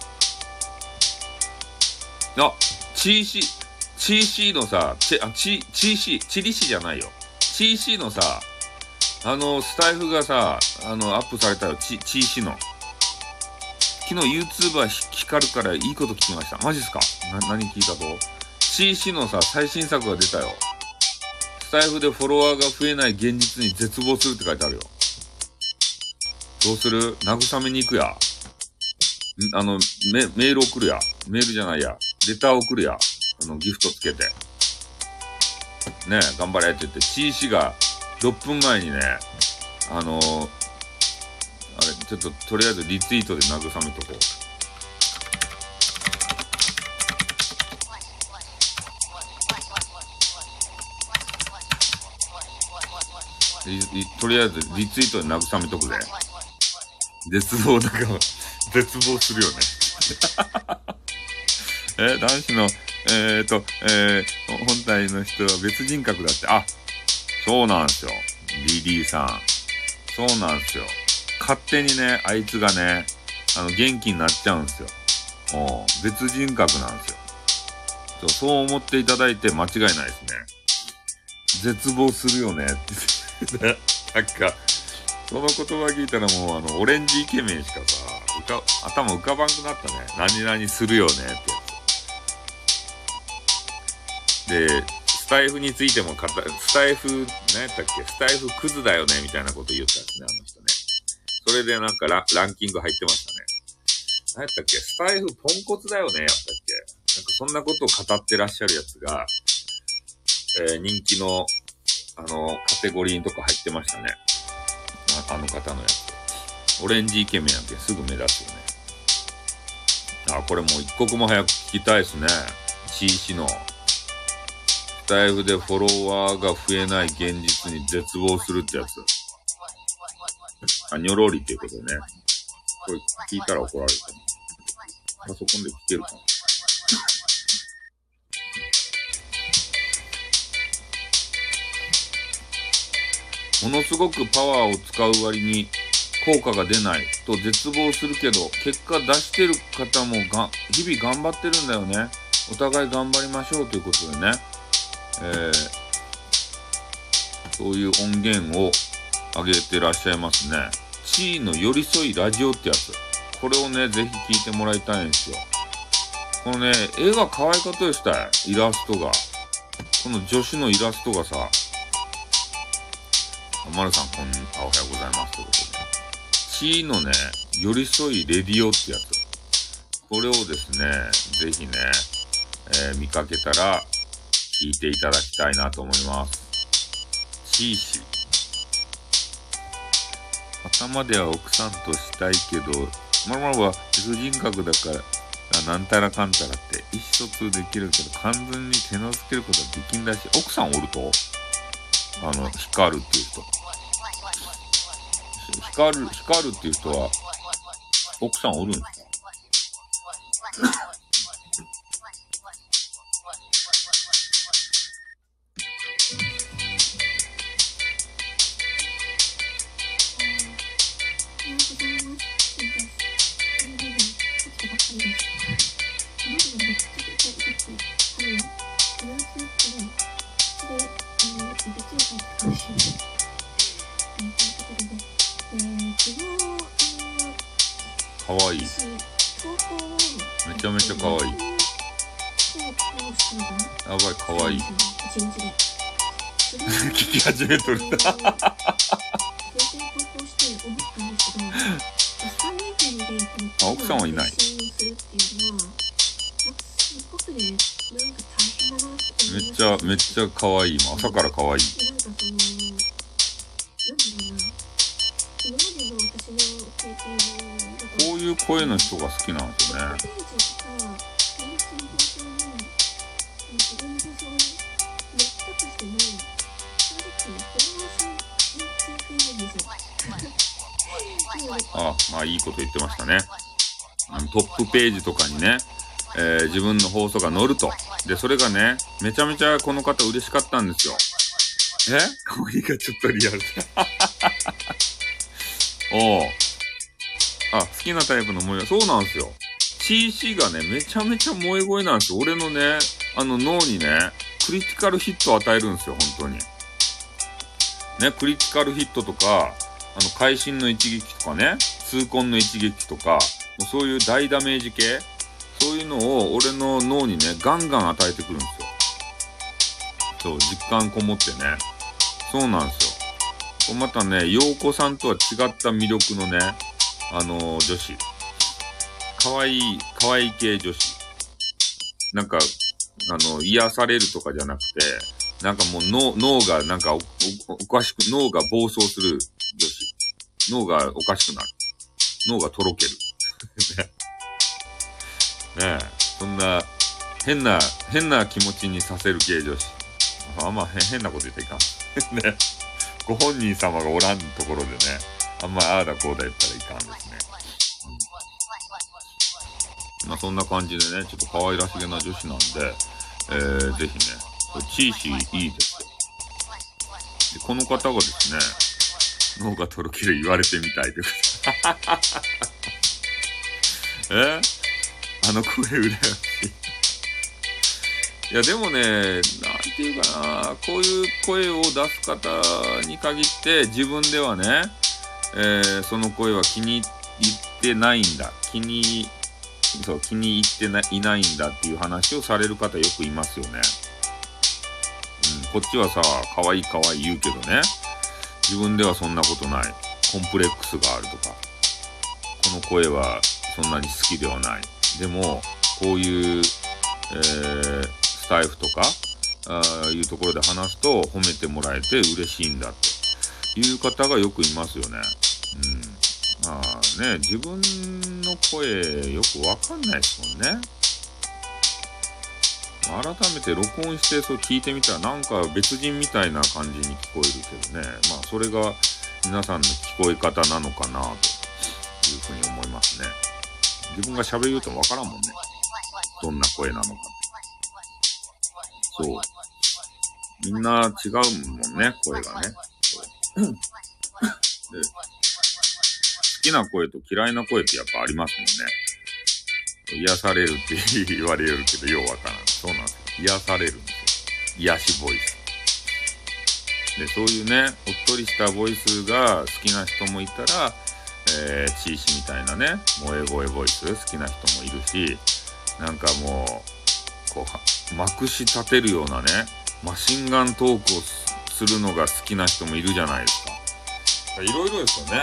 あ、チーシーのさ、チリシじゃないよ。チーシーのさ、スタイフがさ、アップされたよ。チーシーの。昨日 YouTuber 光るからいいこと聞きました。マジっすか？何聞いたと？チーシーのさ、最新作が出たよ。スタイフでフォロワーが増えない現実に絶望するって書いてあるよ。どうする？慰めに行くや。メール送るや。メールじゃないや。レター送るや。ギフトつけて。ねえ、頑張れって言って、チーシが6分前にね、あれ、ちょっと、とりあえずリツイートで慰めとこう。とりあえずリツイートで慰めとくぜ。絶望するよね。男子の、本体の人は別人格だって。あ、そうなんですよ。リリーさん。そうなんですよ。勝手にね、あいつがね、元気になっちゃうんですよ。別人格なんですよ。そう思っていただいて間違いないですね。絶望するよねって。なんか、その言葉聞いたらもうオレンジイケメンしかさ、頭浮かばんくなったね。何々するよねってやつ。で、スタイフについてもスタイフ、何やったっけ？スタイフクズだよねみたいなこと言ったんですね、あの人ね。それでなんかランキング入ってましたね。何やったっけ？スタイフポンコツだよねやったっけ？なんかそんなことを語ってらっしゃるやつが、人気の、カテゴリーとか入ってましたね。あの方のやつ。オレンジイケメンやんけすぐ目立つよね。これもう一刻も早く聞きたいですね。CC の。スタイフでフォロワーが増えない現実に絶望するってやつ。ニョロリっていうことでね。これ聞いたら怒られるかも。パソコンで聞けるかも。ものすごくパワーを使う割に効果が出ないと絶望するけど、結果出してる方も日々頑張ってるんだよね。お互い頑張りましょうということでね。そういう音源を上げてらっしゃいますね。地位の寄り添いラジオってやつ。これをね、ぜひ聞いてもらいたいんですよ。 このね、絵が可愛かったよしたい。イラストが。この女子のイラストがさ、まるさんおはようございますということで。チーのね、寄り添いレディオってやつ。これをですね、ぜひね、見かけたら聞いていただきたいなと思います。チー氏。頭では奥さんとしたいけど、まるは別人格だから、なんたらかんたらって意思疎通できるけど、完全に手のつけることはできんだし、奥さんおると光るっていう人。光るっていう人は、奥さんおるんですか？かわいい。めちゃめちゃかわいい。やばい、かわいい。聞き始めとる。奥さんはいない。めっちゃかわいい。朝からかわいい。こういう声の人が好きなんですよね。まあいいこと言ってましたね。トップページとかにね、自分の放送が載ると。で、それがね、めちゃめちゃこの方嬉しかったんですよ。香りがちょっとリアル。好きなタイプの萌え、そうなんですよ。CC がね、めちゃめちゃ萌え声なんですよ。俺のね、脳にね、クリティカルヒットを与えるんですよ、本当に。ね、クリティカルヒットとか、会心の一撃とかね、痛恨の一撃とか、もうそういう大ダメージ系、そういうのを俺の脳にね、ガンガン与えてくるんですよ。そう、実感こもってね。そうなんですよ。またね、陽子さんとは違った魅力のね、女子。可愛い系女子。なんか、癒されるとかじゃなくて、なんかもう脳がなんかおかしく、脳が暴走する女子。脳がおかしくなる。脳がとろける。ねえ、そんな、変な気持ちにさせる系女子。あんま変なこと言っていかん。ね。ご本人様がおらんところでね、あんまああだこうだ言ったらいかんですね。まあそんな感じでね、ちょっと可愛らしげな女子なんで、ぜひね、チーシーいいですよ。で、この方がですね、脳がとろける言われてみたいという声羨ましい。いやでもね、なんていうかな、こういう声を出す方に限って自分ではね、その声は気に入ってないんだ。気に入っていないんだっていう話をされる方よくいますよね。こっちはさ、可愛い言うけどね、自分ではそんなことない。コンプレックスがあるとか、この声はそんなに好きではない。でも、こういう、スタイフとか、いうところで話すと褒めてもらえて嬉しいんだっていう方がよくいますよね。自分の声よくわかんないですもんね。改めて録音してそう聞いてみたらなんか別人みたいな感じに聞こえるけどね。まあそれが皆さんの聞こえ方なのかなというふうに思いますね。自分が喋るとわからんもんね。どんな声なのか。そう。みんな違うもんね、声がね。で、好きな声と嫌いな声ってやっぱありますもんね。癒されるって言われるけど、ようわからん。そうなんですよ。癒されるんですよ。癒しボイス。で、そういうね、おっとりしたボイスが好きな人もいたら、チーシみたいなね、萌え声ボイス好きな人もいるし、 なんかもう、こう、まくし立てるようなね、マシンガントークをするのが好きな人もいるじゃないですか。いろいろですよね。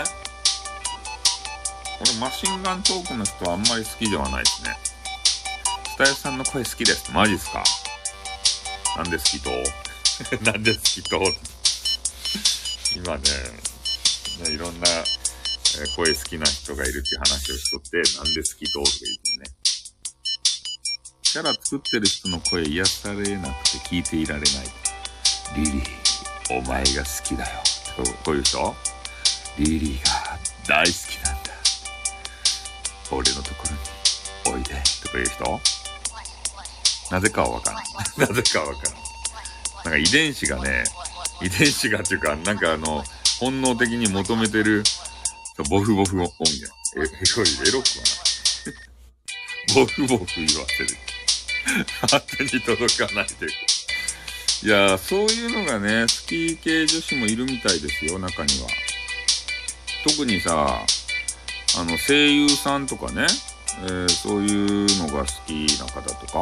俺、マシンガントークの人はあんまり好きではないですね。スタイルさんの声好きです。マジっすか？なんで好きとなんで好きと今ね、いろんな声好きな人がいるっていう話をしとって、なんで好きととか言ってね。キャラ作ってる人の声癒されなくて聞いていられない。リリー、お前が好きだよ。こういう人？リリーが大好きなんだ。俺のところにおいで。とかいう人？なぜかはわからん。なぜかはわからん。なんか遺伝子がっていうか、なんか本能的に求めてる、ボフボフ音源。エロくはない。ボフボフ言わせる。勝手に届かないで。いやー、そういうのがね、好き系女子もいるみたいですよ、中には。特にさ、声優さんとかね、そういうのが好きな方とか、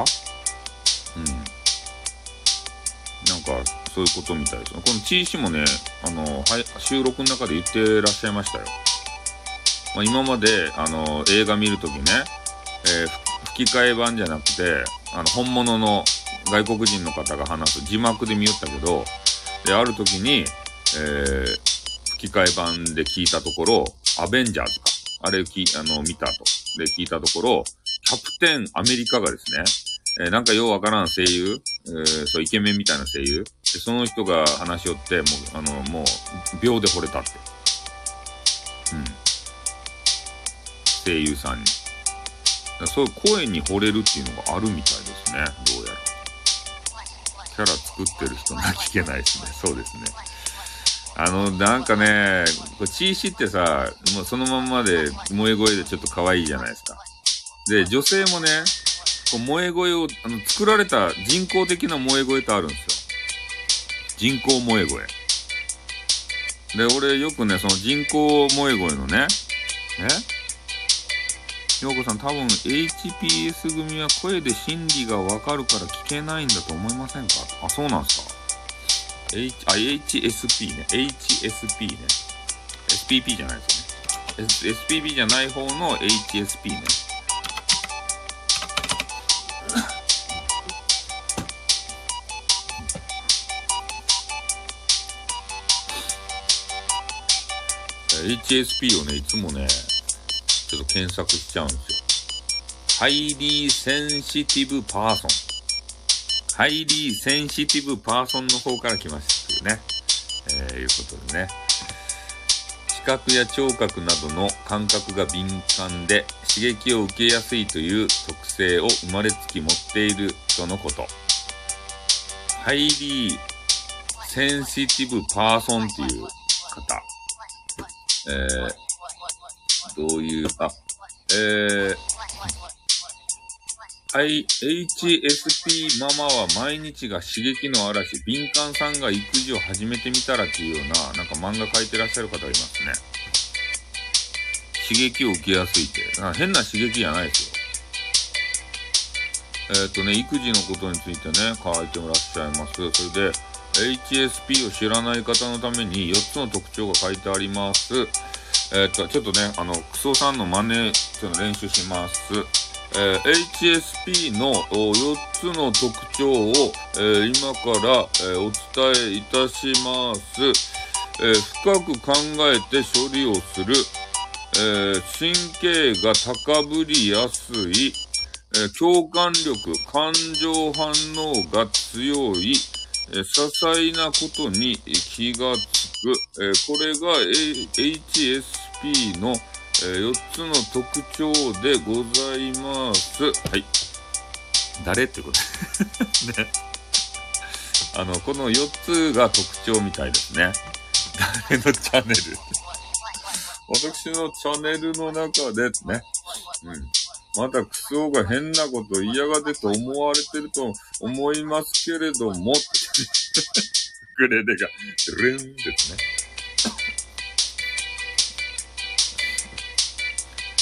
なんか、そういうことみたいですよ。このチーシもね、収録の中で言ってらっしゃいましたよ。まあ、今まで、映画見るときね、吹き替え版じゃなくて、本物の外国人の方が話す字幕で見よったけど、で、ある時に、吹き替え版で聞いたところ、アベンジャーズか。あれ見たと。で、聞いたところ、キャプテンアメリカがですね、なんかようわからん声優、そう、イケメンみたいな声優。で、その人が話し寄って、もう、秒で惚れたって。声優さんに。そういう声に惚れるっていうのがあるみたいですね。どうやら。キャラ作ってる人が聞けないですね。そうですね。なんかね、これチーシってさ、もうそのまんまで萌え声でちょっと可愛いじゃないですか。で、女性もね、こう萌え声を、作られた人工的な萌え声ってあるんですよ。人工萌え声。で、俺よくね、その人工萌え声のね、ようこさん、多分 HPS 組は声で心理がわかるから聞けないんだと思いませんか？あ、そうなんすか？HSP ね。HSP ね。SPP じゃないですよね。SPP じゃない方の HSP ね。HSP をね、いつもね、ちょっと検索しちゃうんですよ。ハイリーセンシティブパーソン。ハイリーセンシティブパーソンの方から来ましたというね。いうことでね。視覚や聴覚などの感覚が敏感で刺激を受けやすいという特性を生まれつき持っているとのこと。ハイリーセンシティブパーソンっていう方。どういう、HSP ママは毎日が刺激の嵐、敏感さんが育児を始めてみたらっていうような、なんか漫画描いてらっしゃる方がいますね。刺激を受けやすいって。変な刺激じゃないですよ。育児のことについてね、書いてらっしゃいます。それで、HSP を知らない方のために4つの特徴が書いてあります。ちょっとね、クソさんの真似、ちょっと練習します。HSP の4つの特徴を、今から、お伝えいたします。深く考えて処理をする。神経が高ぶりやすい。共感力、感情反応が強い。些細なことに気がつく。これが、HSP の、4つの特徴でございます。はい。誰ってことね。この4つが特徴みたいですね。誰のチャンネル私のチャンネルの中でね。またクソが変なこと嫌がってと思われてると思いますけれども、グレデがルンですね。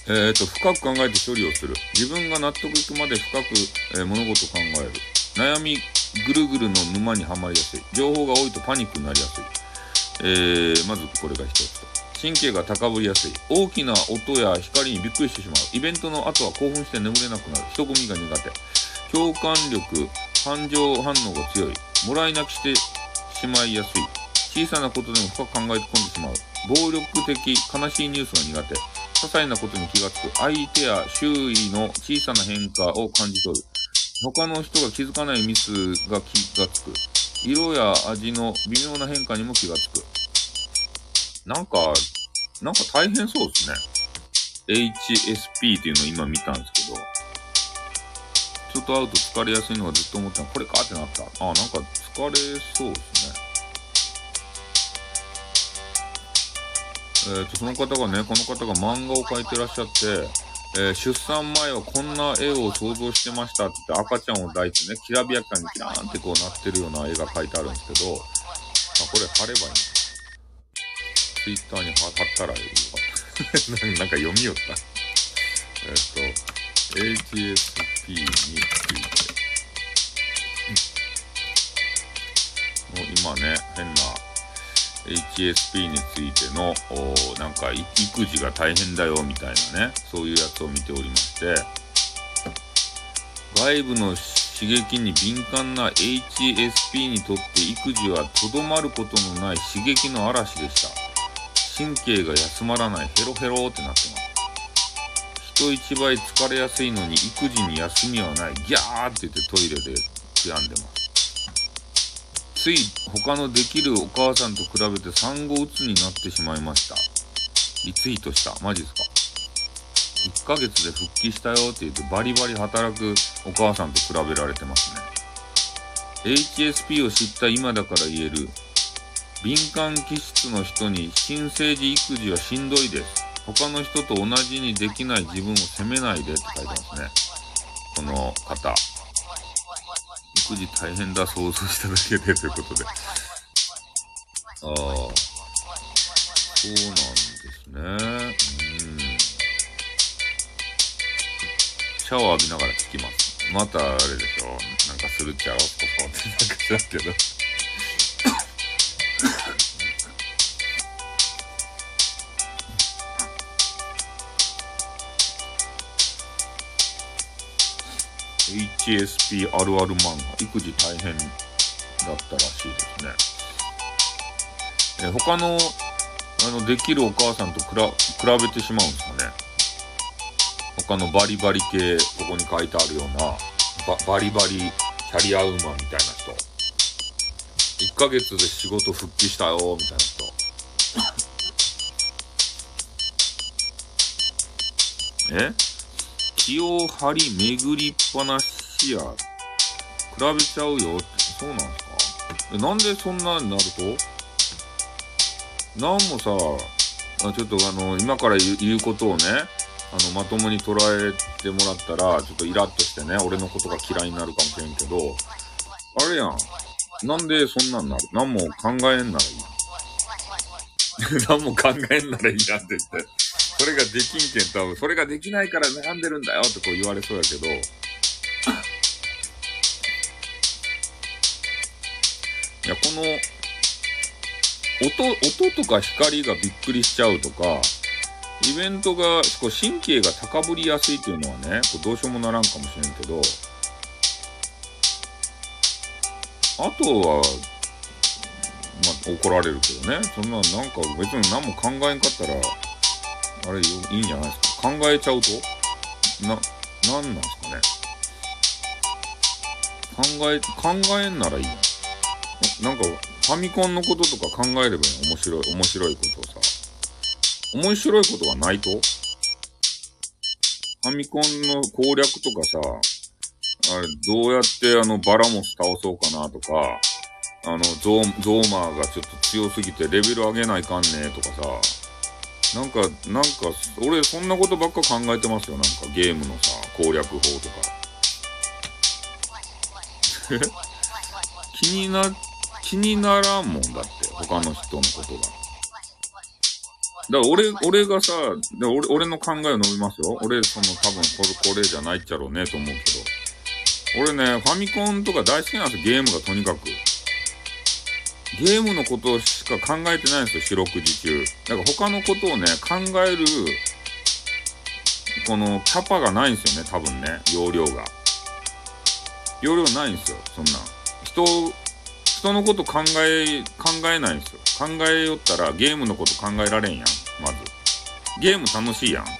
深く考えて処理をする。自分が納得いくまで深く、物事を考える。悩みぐるぐるの沼にはまりやすい。情報が多いとパニックになりやすい。まずこれが一つと。神経が高ぶりやすい。大きな音や光にびっくりしてしまう。イベントの後は興奮して眠れなくなる。人混みが苦手。共感力、感情反応が強い。もらい泣きしてしまいやすい。小さなことでも深く考え込んでしまう。暴力的、悲しいニュースが苦手。些細なことに気がつく。相手や周囲の小さな変化を感じ取る。他の人が気づかないミスが気がつく。色や味の微妙な変化にも気がつく。なんか大変そうですね。HSP っていうのを今見たんですけど、人と会うと疲れやすいのがずっと思ってた。これかってなった。なんか疲れそうですね。その方がね、この方が漫画を描いてらっしゃって、出産前はこんな絵を想像してましたって言って赤ちゃんを抱いてね、きらびやかにキラーンってこうなってるような絵が描いてあるんですけど、これ貼ればいいの。ツイッターに貼ったらよかった。なんか読みよった。HSP について。もう今ね、変なHSP についてのなんか育児が大変だよみたいなね、そういうやつを見ておりまして、外部の刺激に敏感な HSP にとって育児はとどまることのない刺激の嵐でした。神経が休まらない。ヘロヘロってなってます。人一倍疲れやすいのに育児に休みはない。ギャーって言ってトイレで悔やんでます。つい他のできるお母さんと比べて産後うつになってしまいました。リツイートした。マジですか。1ヶ月で復帰したよって言ってバリバリ働くお母さんと比べられてますね。HSP を知った今だから言える。敏感気質の人に新生児育児はしんどいです。他の人と同じにできない自分を責めないでって書いてますね。この方。育児大変だ、想像しただけでということで。そうなんですね。シャワー浴びながら聞きます。またあれでしょ。なんかするっちゃろとかってなんか知らんけど。HSP あるある漫画。育児大変だったらしいですね。他のできるお母さんと比べてしまうんですかね。他のバリバリ系、ここに書いてあるようなバリバリキャリアウーマンみたいな人、1ヶ月で仕事復帰したよみたいな人気を張り巡りっぱなしや比べちゃうよって。そうなんですか。なんでそんなになると、なんもさ、ちょっと今から言うことをね、まともに捉えてもらったらちょっとイラッとしてね、俺のことが嫌いになるかもしれんけど、あれやん、なんでそんなんなる。何も考えんならいい何も考えんならいいやんって言って、それができんけん、多分それができないから悩んでるんだよってこう言われそうやけど、いや、この音とか光がびっくりしちゃうとか、イベントがこう神経が高ぶりやすいっていうのはね、こうどうしようもならんかもしれんけど、あとは怒られるけどね。そんななんか別に何も考えんかったらあれいいんじゃないですか。考えちゃうとなんですかね。考えんならいいやん。なんかファミコンのこととか考えればいい。面白いことをさ、面白いことがないと、ファミコンの攻略とかさ、あれどうやってバラモス倒そうかなとか、ゾーマーがちょっと強すぎてレベル上げないかんねとかさ、なんか俺そんなことばっか考えてますよ。なんかゲームのさ攻略法とか気にならんもんだって、他の人のことが。 だから俺がさ、俺の考えを述べますよ。俺、多分これじゃないっちゃろうねと思うけど。俺ね、ファミコンとか大好きなんですよ、ゲームがとにかく。ゲームのことしか考えてないんですよ、四六時中。だから他のことをね、考える、このキャパがないんですよね、多分ね、容量ないんですよ、そんなん。人のこと考えないんですよ。考えよったらゲームのこと考えられんやん、まず。ゲーム楽しいやん。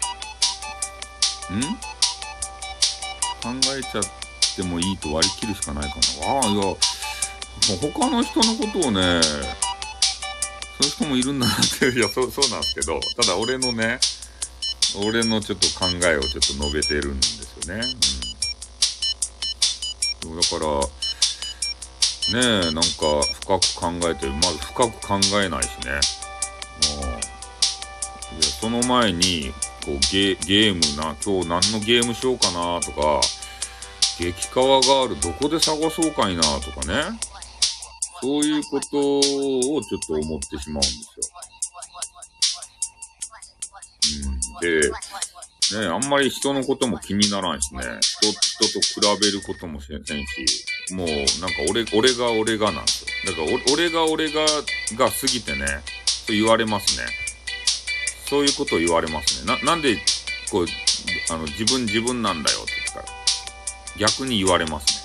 考えちゃってもいいと割り切るしかないかな。いや、他の人のことをね、そういう人もいるんだなって、いや、そうなんですけど、ただ俺のちょっと考えをちょっと述べてるんですよね。だから、ねえ、なんか深く考えてる。まず深く考えないしね。いや、その前に、こうゲームな、今日何のゲームしようかなとか、激川ガールどこで探そうかいなとかね。そういうことをちょっと思ってしまうんですよ。で、ね、あんまり人のことも気にならんしね。人と比べることもせんし、もうなんか俺がなんですよ。だから俺が過ぎてね、そう言われますね。そういうことを言われますね。なんで、こう、自分なんだよって言ったら、逆に言われますね。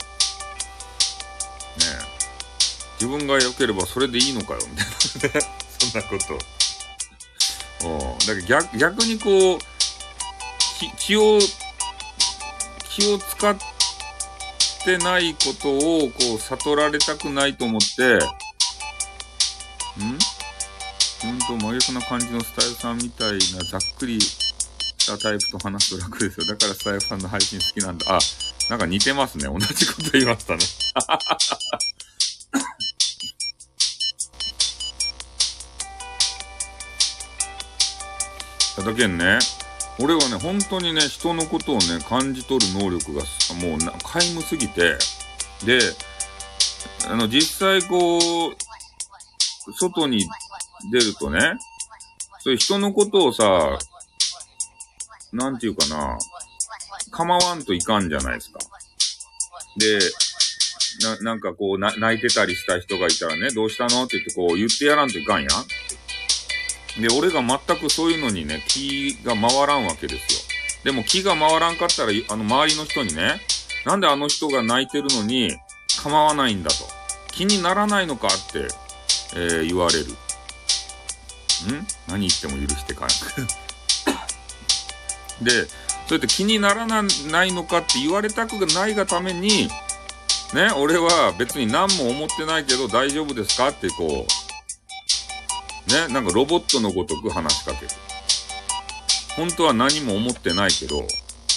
ねえ。自分が良ければそれでいいのかよ、みたいな。そんなこと。だから逆にこう、気を使ってないことを、こう、悟られたくないと思って、真逆な感じのスタイルさんみたいなざっくりしたタイプと話すと楽ですよ。だからスタイルさんの配信好きなんだ。なんか似てますね。同じこと言いましたね。だけんね、俺はね、本当にね、人のことをね、感じ取る能力がもう皆無すぎて、で、実際こう、外に出るとね、そういう人のことをさ、なんていうかな、構わんといかんじゃないですか。で、なんかこう、泣いてたりした人がいたらね、どうしたのって言ってこう言ってやらんといかんやん。で、俺が全くそういうのにね、気が回らんわけですよ。でも気が回らんかったら、周りの人にね、なんであの人が泣いてるのに構わないんだと。気にならないのかって、言われる。何言っても許してかん。で、そうやって気にならないのかって言われたくないがために、ね、俺は別に何も思ってないけど大丈夫ですかってこう、ね、なんかロボットのごとく話しかける。本当は何も思ってないけど、ね、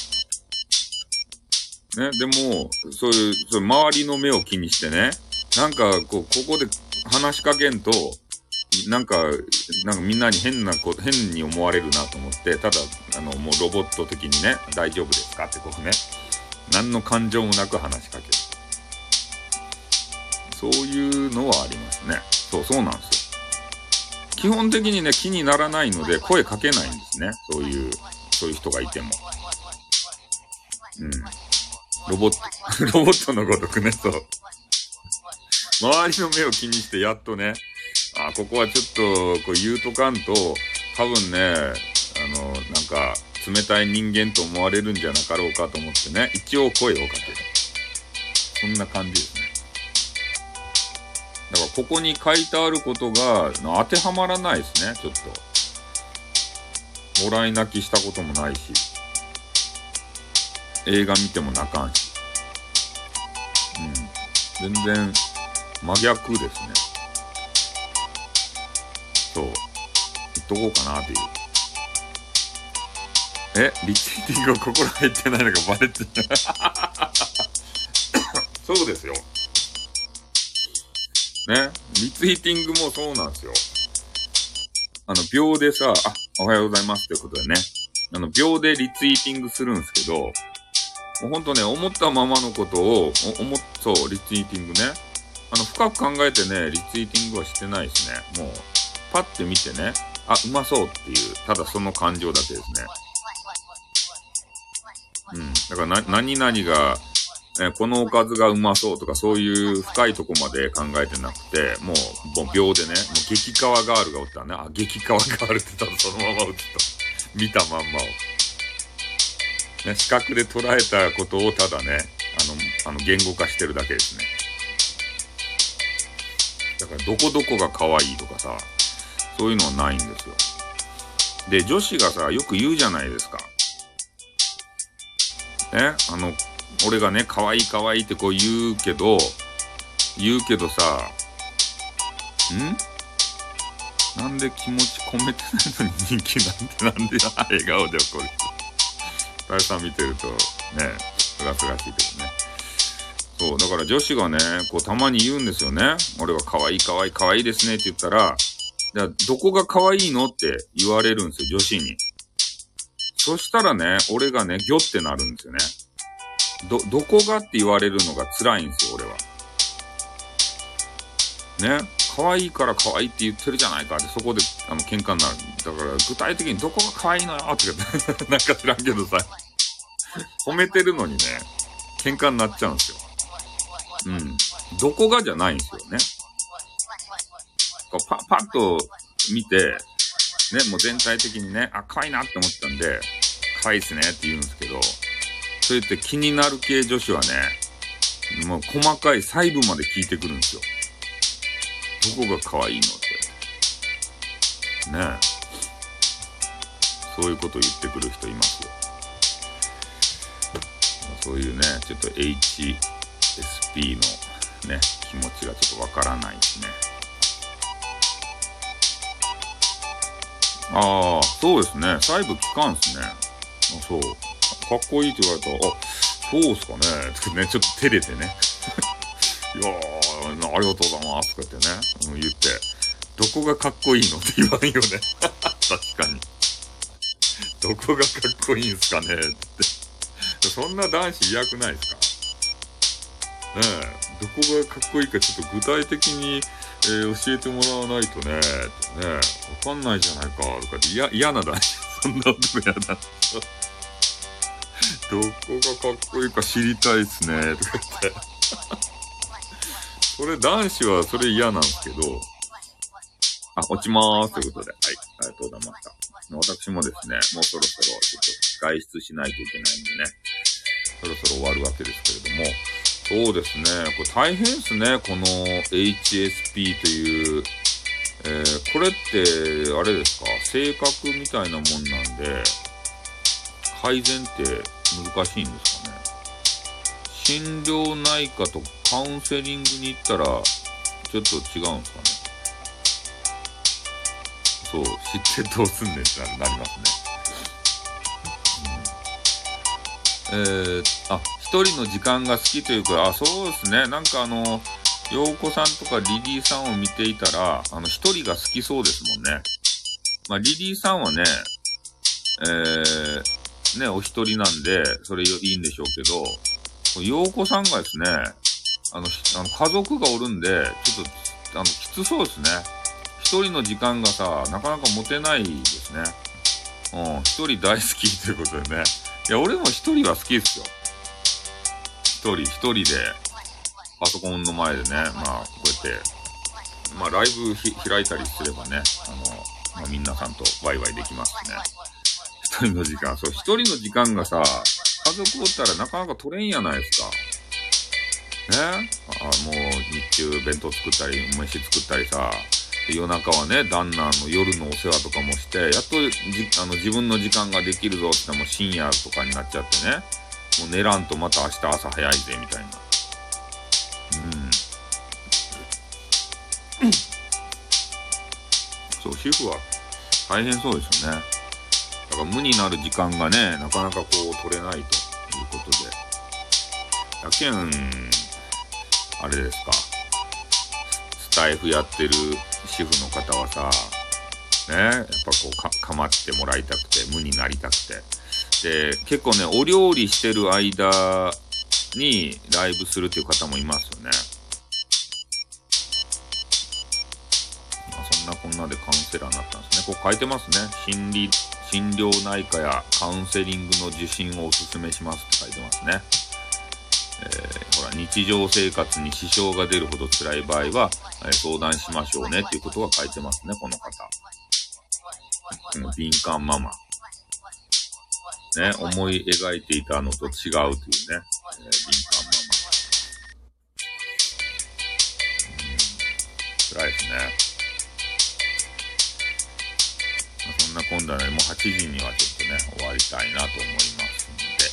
でも、そういう周りの目を気にしてね、なんかここで話しかけんと、なんかみんなに変に思われるなと思って、ただ、もうロボット的にね、大丈夫ですかってこうね、何の感情もなく話しかける。そういうのはありますね。そうなんですよ。基本的にね、気にならないので、声かけないんですね。そういう人がいても。ロボットのごとくね、そう。周りの目を気にしてやっとね、ここはちょっと、こう言うとかんと、多分ね、なんか、冷たい人間と思われるんじゃなかろうかと思ってね、一応声をかける。そんな感じですね。だから、ここに書いてあることが、当てはまらないですね、ちょっと。もらい泣きしたこともないし、映画見ても泣かんし。全然、真逆ですね。そう。言っとこうかなっていう。リツイーティングが心入ってないのがバレてる。そうですよ。ね。リツイーティングもそうなんですよ。秒でさ、おはようございますということでね。秒でリツイーティングするんですけど、もうほんとね、思ったままのことを、そう、リツイーティングね。深く考えてね、リツイーティングはしてないですね。もう、パッて見てね、 うまそうっていう、ただその感情だけですね。だから何々が、このおかずがうまそうとかそういう深いとこまで考えてなくて、もう秒でね、もう激カワガールがおったらね、激カワガールってただそのまま打つと、見たまんまを。ね、視覚で捉えたことをただね、言語化してるだけですね。だからどこどこが可愛いとかさ、そういうのはないんですよ。で、女子がさ、よく言うじゃないですか。ね、俺がね、可愛い可愛いってこう言うけどさ、なんで気持ち込めてないのに人気なんで笑顔で怒る人。大さん見てるとね、すがすがしいけどね。そう、だから女子がね、こうたまに言うんですよね。俺が可愛い可愛い可愛いですねって言ったら、じゃあどこが可愛いのって言われるんですよ、女子に。そしたらね、俺がね、ギョってなるんですよね。どこがって言われるのが辛いんですよ、俺は。ね、可愛いから可愛いって言ってるじゃないかって、そこで喧嘩になる。だから具体的にどこが可愛いのよってなんか知らんけどさ、褒めてるのにね、喧嘩になっちゃうんですよ。どこがじゃないんですよね。こうパッと見て、ね、もう全体的にね、可愛いなって思ったんで、可愛いっすねって言うんですけど、そうやって気になる系女子はね、もう細かい細部まで聞いてくるんですよ。どこが可愛いのって。ねえ。そういうこと言ってくる人いますよ。そういうね、ちょっと HSP のね、気持ちがちょっとわからないですね。そうですね。細部聞かんすね。そう。かっこいいって言われたら、そうっすかねってね、ちょっと照れてね。いやー、ありがとうございますとか言ってね、言って、どこがかっこいいのって言わんよね。確かに。どこがかっこいいんすかねって。そんな男子嫌くないですかねえ、どこがかっこいいかちょっと具体的に、教えてもらわないとね、ってね、わかんないじゃないか、とかって嫌な男子。そんな男嫌だ。どこがかっこいいか知りたいっすね、とか言って。それ男子はそれ嫌なんですけど、落ちまーすということで、はい、ありがとうございました。私もですね、もうそろそろちょっと外出しないといけないんでね、そろそろ終わるわけですけれども、そうですね、これ大変ですね、この HSP という、これってあれですか、性格みたいなもんなんで、改善って難しいんですかね。心療内科とカウンセリングに行ったらちょっと違うんですかね。そう、知ってどうすんねんってなりますね。一人の時間が好きというか、そうですね。なんか陽子さんとかリリーさんを見ていたら、一人が好きそうですもんね。まあ、リリーさんはね、ね、お一人なんで、それいいんでしょうけど、陽子さんがですね、家族がおるんで、ちょっと、きつそうですね。一人の時間がさ、なかなか持てないですね。一人大好きということでね。いや、俺も一人は好きですよ。一人で、パソコンの前でね、まあ、こうやって、ライブ開いたりすればね、皆さんとワイワイできますね。一人の時間、そう、一人の時間がさ、家族おったらなかなか取れんやないですか。ね。もう日中弁当作ったり、飯作ったりさ、夜中はね、旦那の夜のお世話とかもして、やっと自分の時間ができるぞってもう深夜とかになっちゃってね、もう寝らんとまた明日朝早いぜみたいな。そう、主婦は大変そうですよね。だから無になる時間がね、なかなかこう取れないということで。やけん、あれですか。スタイフやってる主婦の方はさ、ね、やっぱこうかまってもらいたくて、無になりたくて。で、結構ね、お料理してる間にライブするっていう方もいますよね。そんなこんなナでカウンセラーになったんですね。こう書いてますね。心療内科やカウンセリングの受診をお勧めしますって書いてますね。ほら、日常生活に支障が出るほど辛い場合は、相談しましょうねっていうことが書いてますね、この方。敏感ママ。ね、思い描いていたのと違うというね、敏感ママ。辛いですね。そんな今度はね、もう8時にはちょっとね、終わりたいなと思いますので、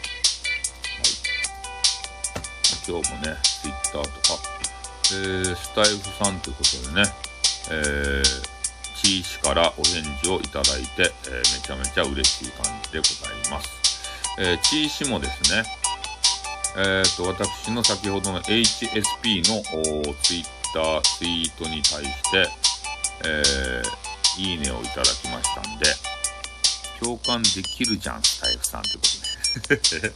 はい、今日もね、Twitter とか、スタイフさんということでね、チー氏からお返事をいただいて、めちゃめちゃ嬉しい感じでございます。チー氏もですね、私の先ほどの HSP のツイートに対して、いいねをいただきましたんで、共感できるじゃん、スタイフさんということで。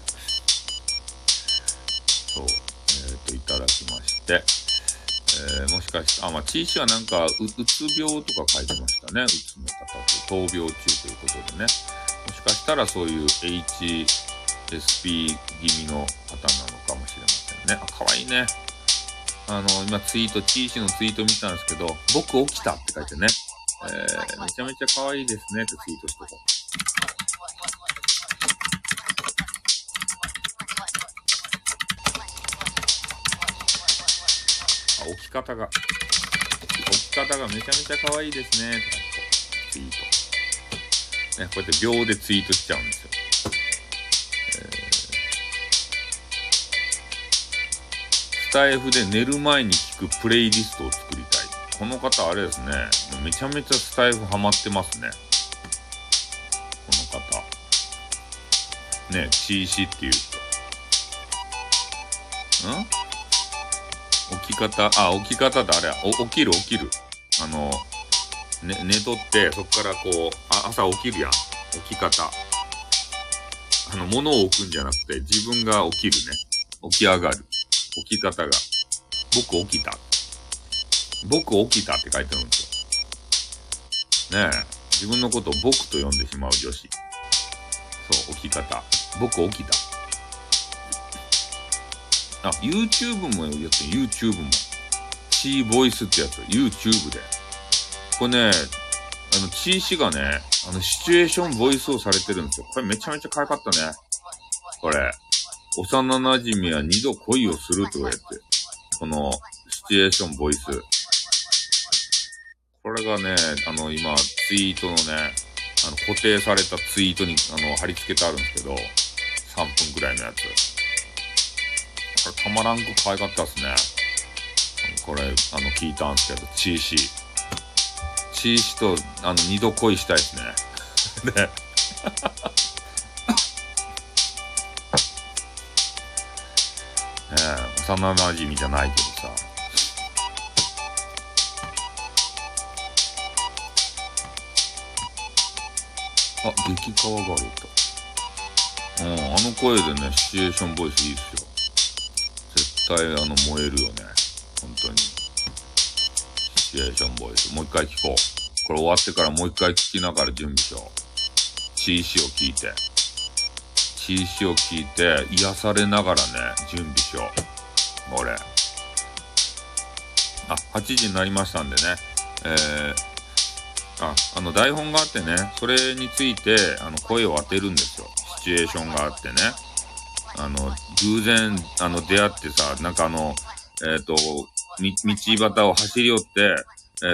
そう、いただきまして、もしかして、チー氏はなんか、うつ病とか書いてましたね。うつの方と、闘病中ということでね。もしかしたらそういう HSP 気味の方なのかもしれませんね。かわいいね。今チー氏のツイート見たんですけど、僕起きたって書いてね。めちゃめちゃ可愛いですねってツイートしてた。起き方がめちゃめちゃ可愛いですねってツイート。ね、こうやって秒でツイートしちゃうんですよ。スタイフで寝る前に聞くプレイリストを作りたい。この方あれですね、めちゃめちゃスタイフハマってますね。この方。ね、チーシっていう人。起き方ってあれや、起きる。寝とって、そっからこう、朝起きるやん。起き方。物を置くんじゃなくて、自分が起きるね。起き上がる。起き方が。僕起きたって書いてあるんですよ。ねえ。自分のことを僕と呼んでしまう女子。そう、起き方。僕起きた。YouTube もやってる、YouTube も。C ボイスってやつ、YouTube で。これね、C 氏がね、シチュエーションボイスをされてるんですよ。これめちゃめちゃ可愛かったね。これ。幼馴染は二度恋をするとか言って。この、シチュエーションボイス。これがね、今、ツイートのね、固定されたツイートに、貼り付けてあるんですけど、3分くらいのやつ。これたまらんく可愛かったっすね。これ、聞いたんですけど、チーシーと、二度恋したいですね。ね。幼馴染じゃないけどさ。激川があると。声でね、シチュエーションボイスいいっすよ。絶対燃えるよね。本当に。シチュエーションボイス。もう一回聞こう。これ終わってからもう一回聞きながら準備しよう。チーシを聞いて。癒されながらね、準備しよう。これ。8時になりましたんでね。台本があってね、それについて、声を当てるんですよ。シチュエーションがあってね。偶然、出会ってさ、なんか道端を走り寄って、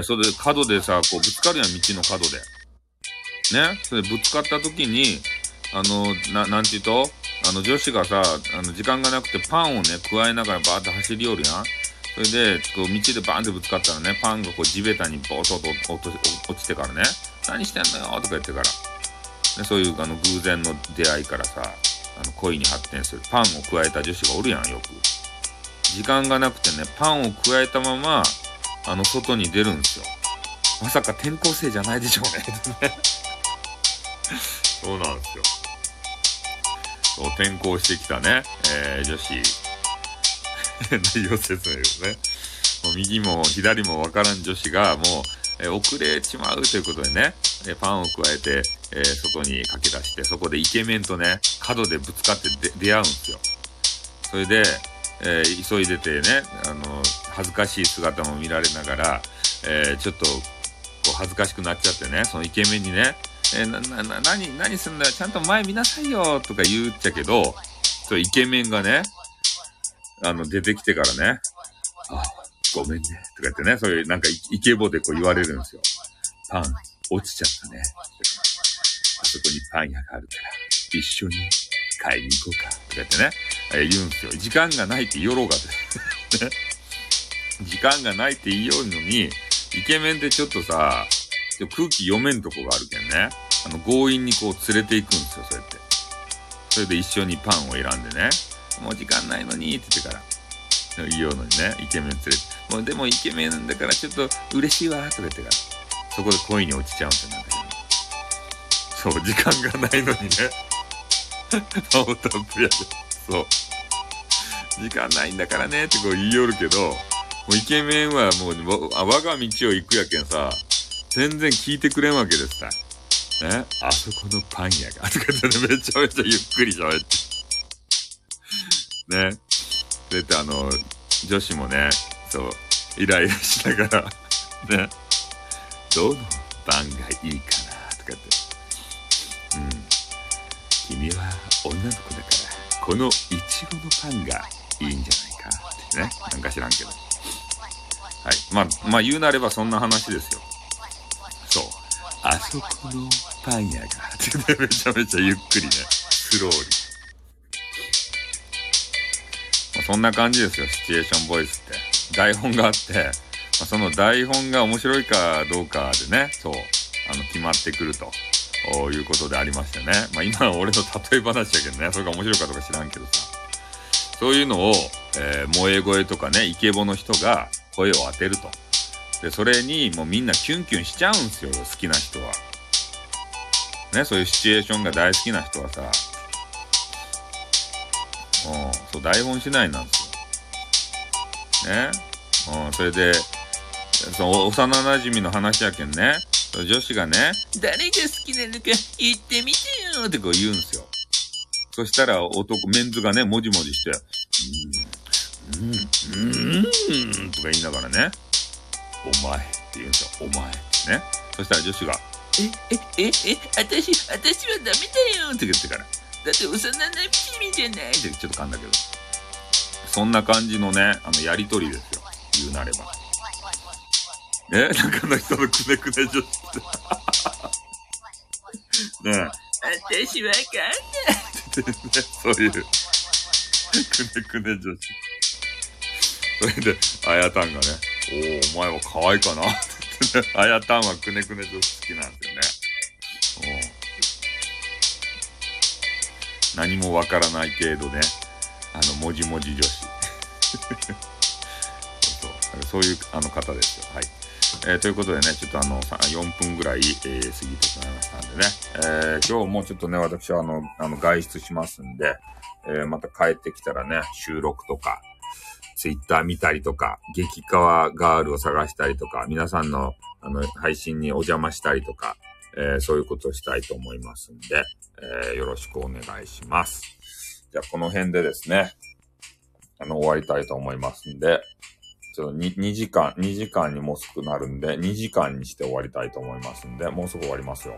それで角でさ、こうぶつかるやん、道の角で。ね。それでぶつかった時に、なんて言うと、女子がさ、時間がなくてパンをね、加えながらバーって走り寄るやん。それで、こう、道でバーンってぶつかったらね、パンがこう、地べたにボーッと落ちてからね、何してんのよとか言ってから。でそういう、偶然の出会いからさ、恋に発展する。パンを加えた女子がおるやん、よく。時間がなくてね、パンを加えたまま、外に出るんですよ。まさか転校生じゃないでしょうね。そうなんですよ。そう、転校してきたね、女子。内容説明ですね。もう右も左もわからん女子がも遅れちまうということでね、パンを加えて、外に駆け出して、そこでイケメンとね、角でぶつかって出会うんですよ。それで、急いでてね、恥ずかしい姿も見られながら、ちょっとこう恥ずかしくなっちゃってね、そのイケメンにね、何すんだよ、ちゃんと前見なさいよとか言っちゃけど、そうイケメンがね、出てきてからね、あ、ごめんねとか言ってね、そういうなんかイケボでこう言われるんですよ。パン落ちちゃったね。あそこにパン屋があるから一緒に買いに行こうかとか言ってね、言うんですよ。時間がないって言おろうがってね。時間がないって言いようのに、イケメンってちょっとさ、空気読めんとこがあるけんね。強引にこう連れて行くんですよ、そうやって。それで一緒にパンを選んでね、もう時間ないのにって言ってから言いようのにね、イケメン連れて、もうでもイケメンだからちょっと嬉しいわとか言ってから、そこで恋に落ちちゃうんですよ、なんか。そう、時間がないのにね。パオタンプやで。そう。時間ないんだからねってこう言いよるけど、もうイケメンはもう、我が道を行くやけんさ、全然聞いてくれんわけですさ。ね、あそこのパン屋が、とか言ってね、めちゃめちゃゆっくり喋って。ね。そうやって女子もね、そう、イライラしながら、ね、どのパンがいいかな、とかって。君は女の子だから、このイチゴのパンがいいんじゃないか、ってね。なんか知らんけど。はい。まあ言うなればそんな話ですよ。そう。あそこのパン屋が、ってね、めちゃめちゃゆっくりね、スローリー。そんな感じですよ、シチュエーションボイスって。台本があって、その台本が面白いかどうかでね、そう、決まってくるということでありましてね。まあ今は俺の例え話だけどね、それが面白いかどうか知らんけどさ。そういうのを、萌え声とかね、イケボの人が声を当てると。で、それにもうみんなキュンキュンしちゃうんすよ、好きな人は。ね、そういうシチュエーションが大好きな人はさ、そう、台本次第なんですよ。ね。それで、その幼馴染の話やけんね、女子がね、誰が好きなのか言ってみてよってこう言うんすよ。そしたらメンズがね、もじもじして、とか言いながらね、お前って言うんですよ。お前ってね。そしたら女子が、私はダメだよって言ってから。だって幼馴染じゃないってちょっと噛んだけど。そんな感じのね、やりとりですよ。言うなれば。中の人のくねくね女子って。ねえ。私わかんないって言ってね、そういう、くねくね女子。それで、あやたんがね、お前は可愛いかなって言ってね、あやたんはくねくね女子好きなんですよね。何もわからない程度ね、もじもじ女子。そういう方ですよ。はい。ということでね、ちょっと4分ぐらい、過ぎてしまいましたんでね。今日もちょっとね、私は外出しますんで、また帰ってきたらね、収録とか、ツイッター見たりとか、激カワガールを探したりとか、皆さんの配信にお邪魔したりとか、そういうことをしたいと思いますんで、よろしくお願いします。じゃあこの辺でですね、終わりたいと思いますんで、ちょっと2時間にもうすぐなるんで、2時間にして終わりたいと思いますんで、もうすぐ終わりますよ。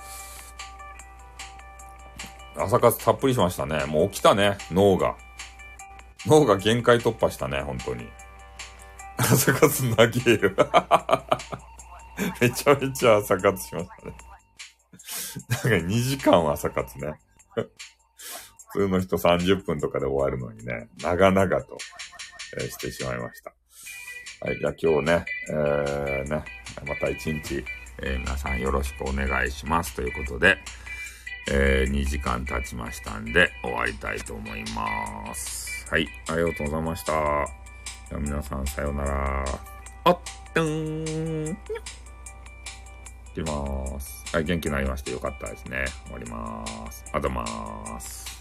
朝活たっぷりしましたね。もう起きたね、脳が限界突破したね、本当に。朝活長えよ。めちゃめちゃ朝活しましたね。なんか2時間は朝活ね。普通の人30分とかで終わるのにね、長々と、してしまいました。はい、じゃあ今日ね、また一日、皆さんよろしくお願いしますということで、2時間経ちましたんで終わりたいと思います。はい、ありがとうございました。じゃあ皆さんさようなら。おっとーん。いきます。はい、元気になりましてよかったですね。終わります。ありがとうございます。